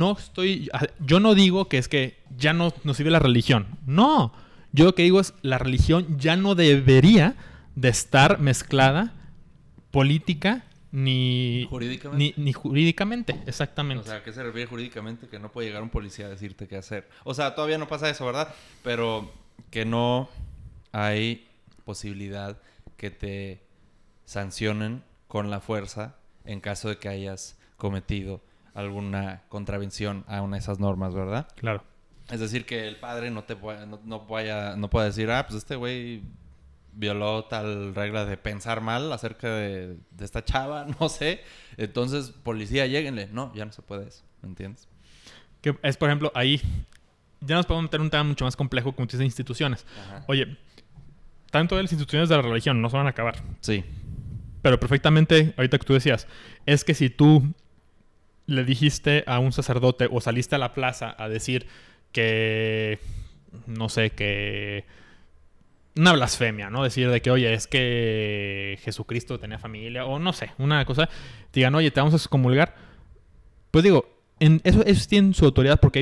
yo no digo que es que ya no nos sirve la religión. No. Yo lo que digo es, la religión ya no debería de estar mezclada política ni jurídicamente. Exactamente. O sea, ¿a qué se refiere jurídicamente? Que no puede llegar un policía a decirte qué hacer. O sea, todavía no pasa eso, ¿verdad? Pero que no hay posibilidad que te sancionen con la fuerza en caso de que hayas cometido alguna contravención a una de esas normas, ¿verdad? Claro. Es decir, que el padre no pueda decir, pues este güey violó tal regla de pensar mal acerca de esta chava, no sé. Entonces, policía, lléguenle. No, ya no se puede eso, ¿me entiendes? Que es, por ejemplo, ahí ya nos podemos meter un tema mucho más complejo como dices, instituciones. Ajá. Oye, tanto de las instituciones de la religión no se van a acabar. Sí. Pero perfectamente, ahorita que tú decías, es que si tú le dijiste a un sacerdote o saliste a la plaza a decir que no sé, que una blasfemia, ¿no? Decir de que, oye, es que Jesucristo tenía familia, o no sé, una cosa, digan, oye, te vamos a excomulgar. Pues digo, ellos tienen su autoridad porque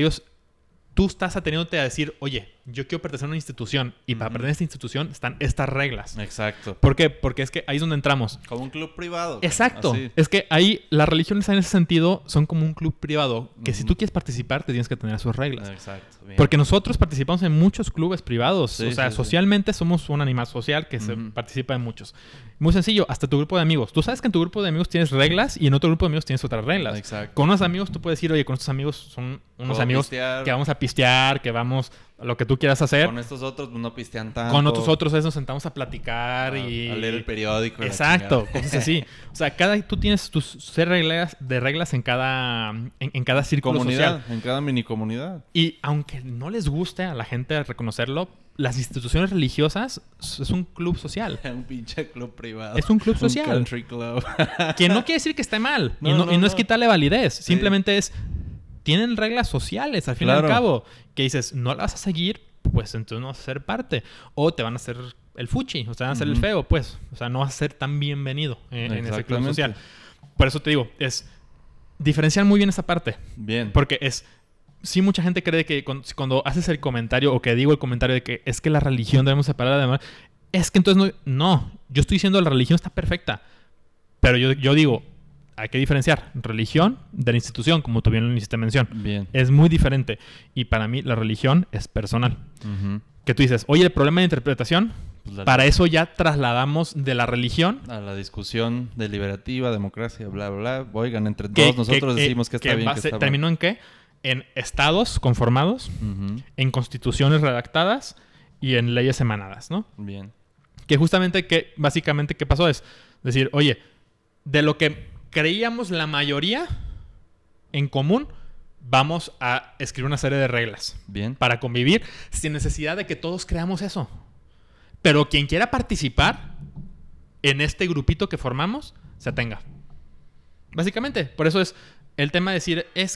tú estás ateniéndote a decir, oye, yo quiero pertenecer a una institución y para pertenecer a esta institución están estas reglas. Exacto. ¿Por qué? Porque es que ahí es donde entramos. Como un club privado. Exacto. Así. Es que ahí las religiones en ese sentido son como un club privado que si tú quieres participar te tienes que tener sus reglas. Exacto. Bien. Porque nosotros participamos en muchos clubes privados. Sí, o sea, sí, socialmente somos un animal social que se participa en muchos. Muy sencillo, hasta tu grupo de amigos. Tú sabes que en tu grupo de amigos tienes reglas y en otro grupo de amigos tienes otras reglas. Exacto. Con unos amigos tú puedes decir, oye, con estos amigos son unos amigos pistear. que vamos a pistear, que vamos a lo que tú quieras hacer. Con estos otros no pistean tanto. Con otros nos sentamos a platicar y... A leer el periódico. Exacto, cosas así. O sea, tú tienes tus set de reglas en cada círculo comunidad, social. En cada mini comunidad. Y aunque no les guste a la gente reconocerlo, las instituciones religiosas es un club social. Un pinche club privado. Es un club social. Un country club. Que no quiere decir que esté mal. No, y no es quitarle validez. Sí. Simplemente tienen reglas sociales, al fin y al cabo. Que dices, no las vas a seguir, pues entonces no vas a ser parte. O te van a hacer el fuchi, o te van a hacer el feo, pues. O sea, no vas a ser tan bienvenido en ese club social. Por eso te digo, es diferenciar muy bien esa parte. Bien. Porque sí, mucha gente cree que cuando haces el comentario o que digo el comentario de que es que la religión debemos separarla de demás, es que entonces no. Yo estoy diciendo la religión está perfecta. Pero yo digo, hay que diferenciar religión de la institución, como tú bien le hiciste mención. Bien. Es muy diferente. Y para mí la religión es personal. Que tú dices, oye, el problema de interpretación, pues para eso ya trasladamos de la religión a la discusión deliberativa, democracia, bla, bla, bla. Oigan, entre todos nosotros decimos que está bien, que está mal. ¿Terminó en qué? En estados conformados, en constituciones redactadas y en leyes emanadas, ¿no? Bien. Que justamente, básicamente, ¿qué pasó? Es decir, oye, de lo que creíamos la mayoría en común, vamos a escribir una serie de reglas. Bien. Para convivir sin necesidad de que todos creamos eso. Pero quien quiera participar en este grupito que formamos, se atenga. Básicamente, por eso es el tema de decir, es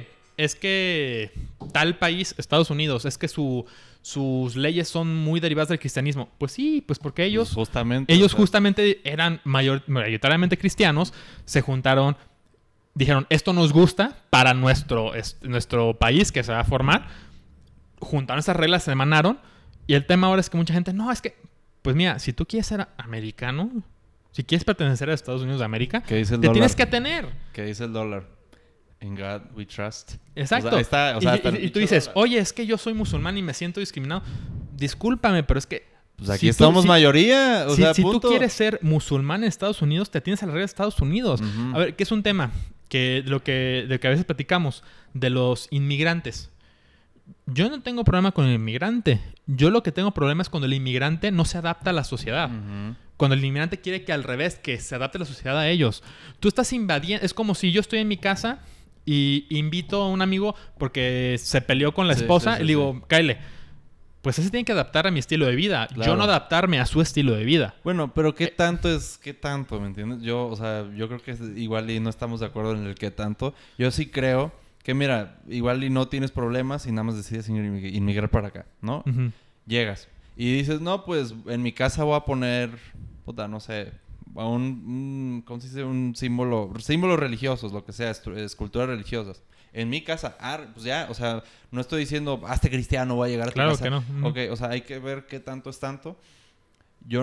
que tal país, Estados Unidos, es que sus leyes son muy derivadas del cristianismo. Pues sí, pues porque ellos justamente eran mayoritariamente cristianos, se juntaron, dijeron, esto nos gusta para nuestro país que se va a formar, juntaron esas reglas, se emanaron, y el tema ahora es que mucha gente, no, es que, pues mira, si tú quieres ser americano, si quieres pertenecer a Estados Unidos de América, te tienes que atener. ¿Qué dice el dólar? In God we trust. Exacto. Y tú dices, oye, es que yo soy musulmán y me siento discriminado. Discúlpame, pero es que... Pues aquí estamos mayoría. Si tú quieres ser musulmán en Estados Unidos, te atienes a las reglas de Estados Unidos. A ver, ¿qué es un tema? De lo que a veces platicamos, de los inmigrantes. Yo no tengo problema con el inmigrante. Yo lo que tengo problema es cuando el inmigrante no se adapta a la sociedad. Cuando el inmigrante quiere que al revés, que se adapte la sociedad a ellos. Tú estás invadiendo... Es como si yo estoy en mi casa y invito a un amigo porque se peleó con la esposa y le digo, Kyle, pues ese tiene que adaptar a mi estilo de vida. Claro. Yo no adaptarme a su estilo de vida. Bueno, pero ¿qué tanto, me entiendes? Yo creo que igual y no estamos de acuerdo en el qué tanto. Yo sí creo que, mira, igual y no tienes problemas y nada más decides inmigrar para acá, ¿no? Llegas y dices, no, pues en mi casa voy a poner, no sé, ¿cómo se dice? Un símbolos religiosos, lo que sea, esculturas religiosas. En mi casa, pues ya, o sea, no estoy diciendo, hazte cristiano, voy a llegar a tu casa. Claro que no. Ok, o sea, hay que ver qué tanto es tanto. Yo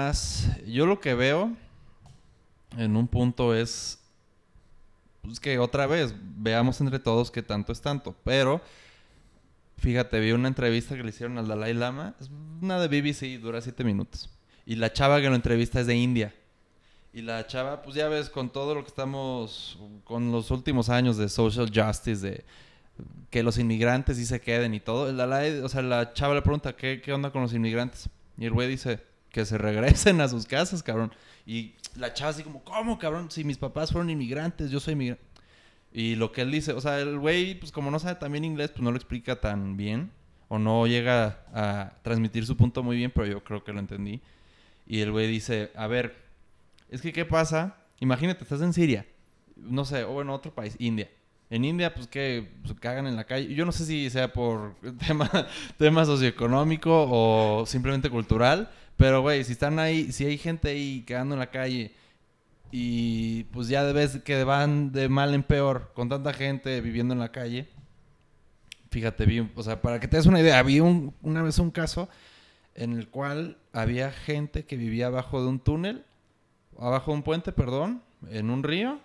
lo que veo en un punto es, pues que otra vez, veamos entre todos qué tanto es tanto. Pero, fíjate, vi una entrevista que le hicieron al Dalai Lama, es una de BBC, dura 7 minutos. Y la chava que lo entrevista es de India. Y la chava, pues ya ves, con todo lo que estamos, con los últimos años de social justice, de que los inmigrantes sí se queden y todo, la chava le pregunta, ¿qué onda con los inmigrantes? Y el güey dice, que se regresen a sus casas, cabrón. Y la chava así como, ¿cómo, cabrón? Si mis papás fueron inmigrantes, yo soy inmigrante. Y lo que él dice, o sea, el güey, pues como no sabe también inglés, pues no lo explica tan bien, o no llega a transmitir su punto muy bien, pero yo creo que lo entendí. Y el güey dice, a ver, es que ¿qué pasa? Imagínate, estás en Siria, no sé, o bueno, otro país, India. En India, pues que cagan en la calle. Yo no sé si sea por tema socioeconómico o simplemente cultural. Pero, güey, si están ahí, si hay gente ahí cagando en la calle y pues ya ves que van de mal en peor con tanta gente viviendo en la calle. Fíjate, o sea, para que te des una idea, una vez un caso en el cual había gente que vivía abajo de un túnel, abajo de un puente, perdón, en un río.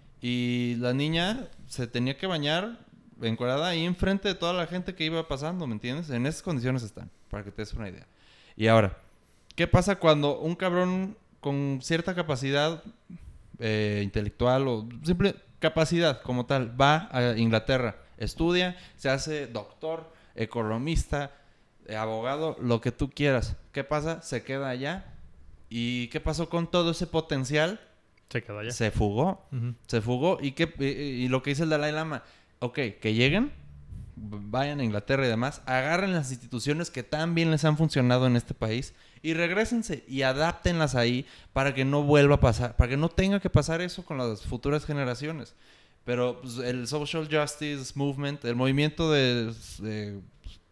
Y la niña se tenía que bañar encuerada ahí enfrente de toda la gente que iba pasando, ¿me entiendes? En esas condiciones están, para que te des una idea. Y ahora, ¿qué pasa cuando un cabrón con cierta capacidad intelectual o simple capacidad como tal va a Inglaterra, estudia, se hace doctor, economista, abogado, lo que tú quieras? ¿Qué pasa? Se queda allá. ¿Y qué pasó con todo ese potencial? Se quedó allá. Se fugó. Uh-huh. Se fugó. Y lo que dice el Dalai Lama, ok, que lleguen, vayan a Inglaterra y demás, agarren las instituciones que tan bien les han funcionado en este país y regrésense y adáptenlas ahí para que no vuelva a pasar, para que no tenga que pasar eso con las futuras generaciones. Pero pues, el Social Justice Movement, el movimiento de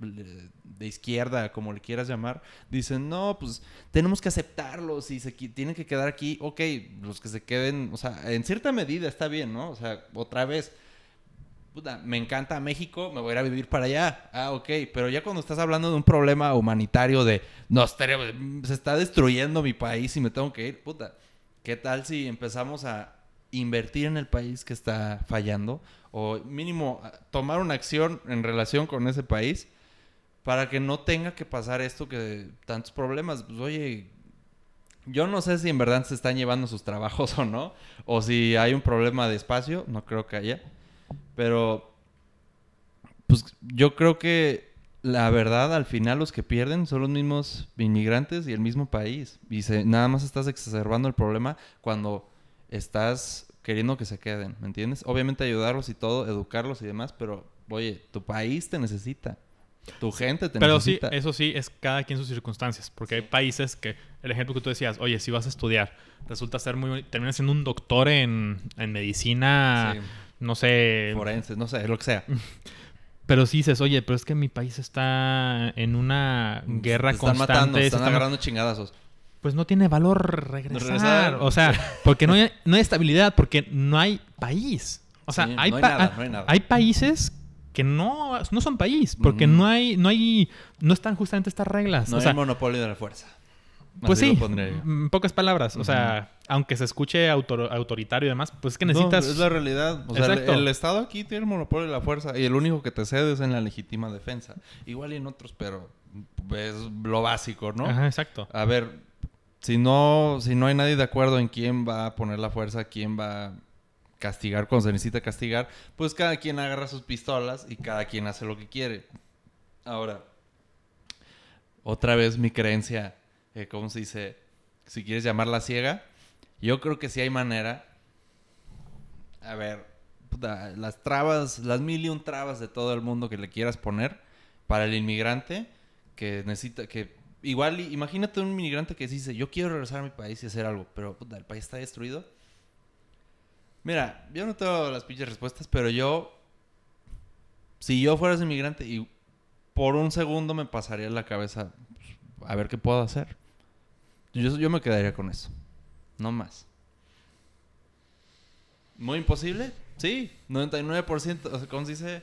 izquierda, como le quieras llamar, dicen, no, pues tenemos que aceptarlos y tienen que quedar aquí. Ok, los que se queden, o sea, en cierta medida está bien, ¿no? O sea, otra vez, puta, me encanta México, me voy a ir a vivir para allá. Ah, ok, pero ya cuando estás hablando de un problema humanitario de, no, se está destruyendo mi país y me tengo que ir, puta, ¿qué tal si empezamos a invertir en el país que está fallando? O mínimo tomar una acción en relación con ese país para que no tenga que pasar esto, que tantos problemas. Pues oye, yo no sé si en verdad se están llevando sus trabajos o no, o si hay un problema de espacio, no creo que haya. Pero pues yo creo que la verdad al final los que pierden son los mismos inmigrantes y el mismo país. Y nada más estás exacerbando el problema cuando estás queriendo que se queden, ¿me entiendes? Obviamente ayudarlos y todo, educarlos y demás, pero oye, tu país te necesita. Tu gente te necesita. Pero sí, eso sí, es cada quien sus circunstancias. Porque hay países que, el ejemplo que tú decías, oye, si vas a estudiar, resulta ser terminas siendo un doctor en medicina, sí, no sé... forense, no sé, lo que sea. Pero sí dices, oye, pero es que mi país está en una guerra están constante. Matando, están agarrando chingadazos. Pues no tiene valor regresar. O sea, porque no hay estabilidad, porque no hay país. O sea, sí, no hay nada. Hay países que no son país, porque no están justamente estas reglas. No hay monopolio de la fuerza. Pues sí, en pocas palabras. O sea, aunque se escuche autoritario y demás, pues es que necesitas... No, es la realidad. O sea, el Estado aquí tiene el monopolio de la fuerza y el único que te cede es en la legítima defensa. Igual y en otros, pero es lo básico, ¿no? Ajá, exacto. A ver, si no hay nadie de acuerdo en quién va a poner la fuerza, quién va a castigar cuando se necesita castigar, pues cada quien agarra sus pistolas y cada quien hace lo que quiere. Ahora, otra vez mi creencia, ¿cómo se dice? Si quieres llamarla ciega, yo creo que sí hay manera. A ver, puta, las trabas, las 1001 trabas de todo el mundo que le quieras poner para el inmigrante que necesita, que igual, imagínate un inmigrante que dice, yo quiero regresar a mi país y hacer algo, pero puta, el país está destruido. Mira, yo no tengo las pinches respuestas, pero si yo fuera inmigrante y por un segundo me pasaría en la cabeza, a ver qué puedo hacer. Yo me quedaría con eso. No más. ¿Muy imposible? Sí. 99%, o sea, ¿cómo se dice?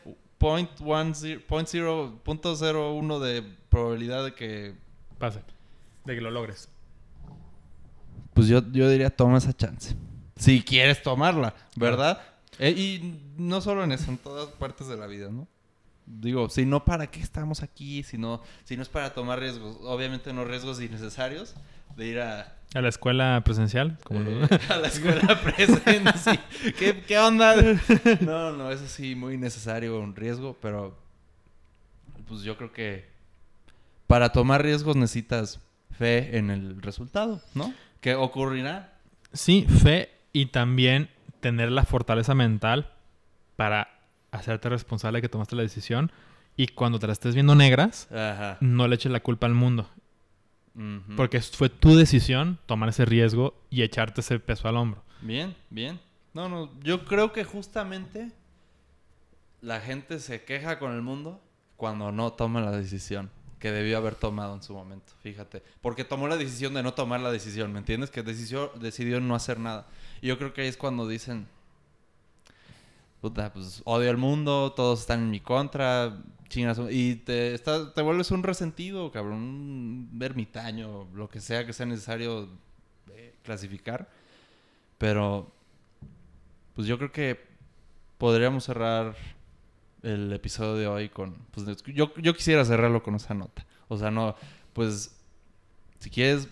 0.01 de probabilidad de que... pase. De que lo logres. Pues yo diría, toma esa chance. Si quieres tomarla, ¿verdad? Y no solo en eso, en todas partes de la vida, ¿no? Digo, si no, ¿para qué estamos aquí? Si no es para tomar riesgos. Obviamente no riesgos innecesarios de ir a la escuela presencial. A la escuela presencial, sí. ¿Qué onda? No, eso sí, muy necesario, un riesgo, pero pues yo creo que para tomar riesgos necesitas fe en el resultado, ¿no? ¿Qué ocurrirá? Sí, fe y también tener la fortaleza mental para hacerte responsable de que tomaste la decisión y cuando te la estés viendo negras, ajá, no le eches la culpa al mundo. Uh-huh. Porque fue tu decisión tomar ese riesgo y echarte ese peso al hombro. Bien. No, yo creo que justamente la gente se queja con el mundo cuando no toma la decisión que debió haber tomado en su momento, fíjate. Porque tomó la decisión de no tomar la decisión, ¿me entiendes? Que decidió no hacer nada. Y yo creo que ahí es cuando dicen, puta, pues odio al mundo, todos están en mi contra, chingas. Y te vuelves un resentido, cabrón, un ermitaño, lo que sea necesario clasificar. Pero, pues yo creo que podríamos cerrar el episodio de hoy con... Pues yo quisiera cerrarlo con esa nota. O sea, no... Pues, si quieres...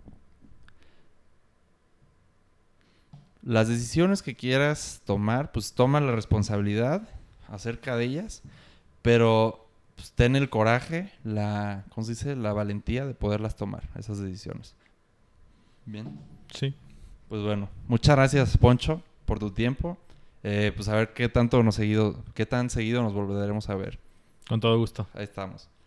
Las decisiones que quieras tomar, pues toma la responsabilidad acerca de ellas. Pero, pues ten el coraje, ¿cómo se dice? La valentía de poderlas tomar, esas decisiones. Bien. Sí. Pues bueno, muchas gracias, Poncho, por tu tiempo. Pues a ver qué tan seguido nos volveremos a ver. Con todo gusto. Ahí estamos.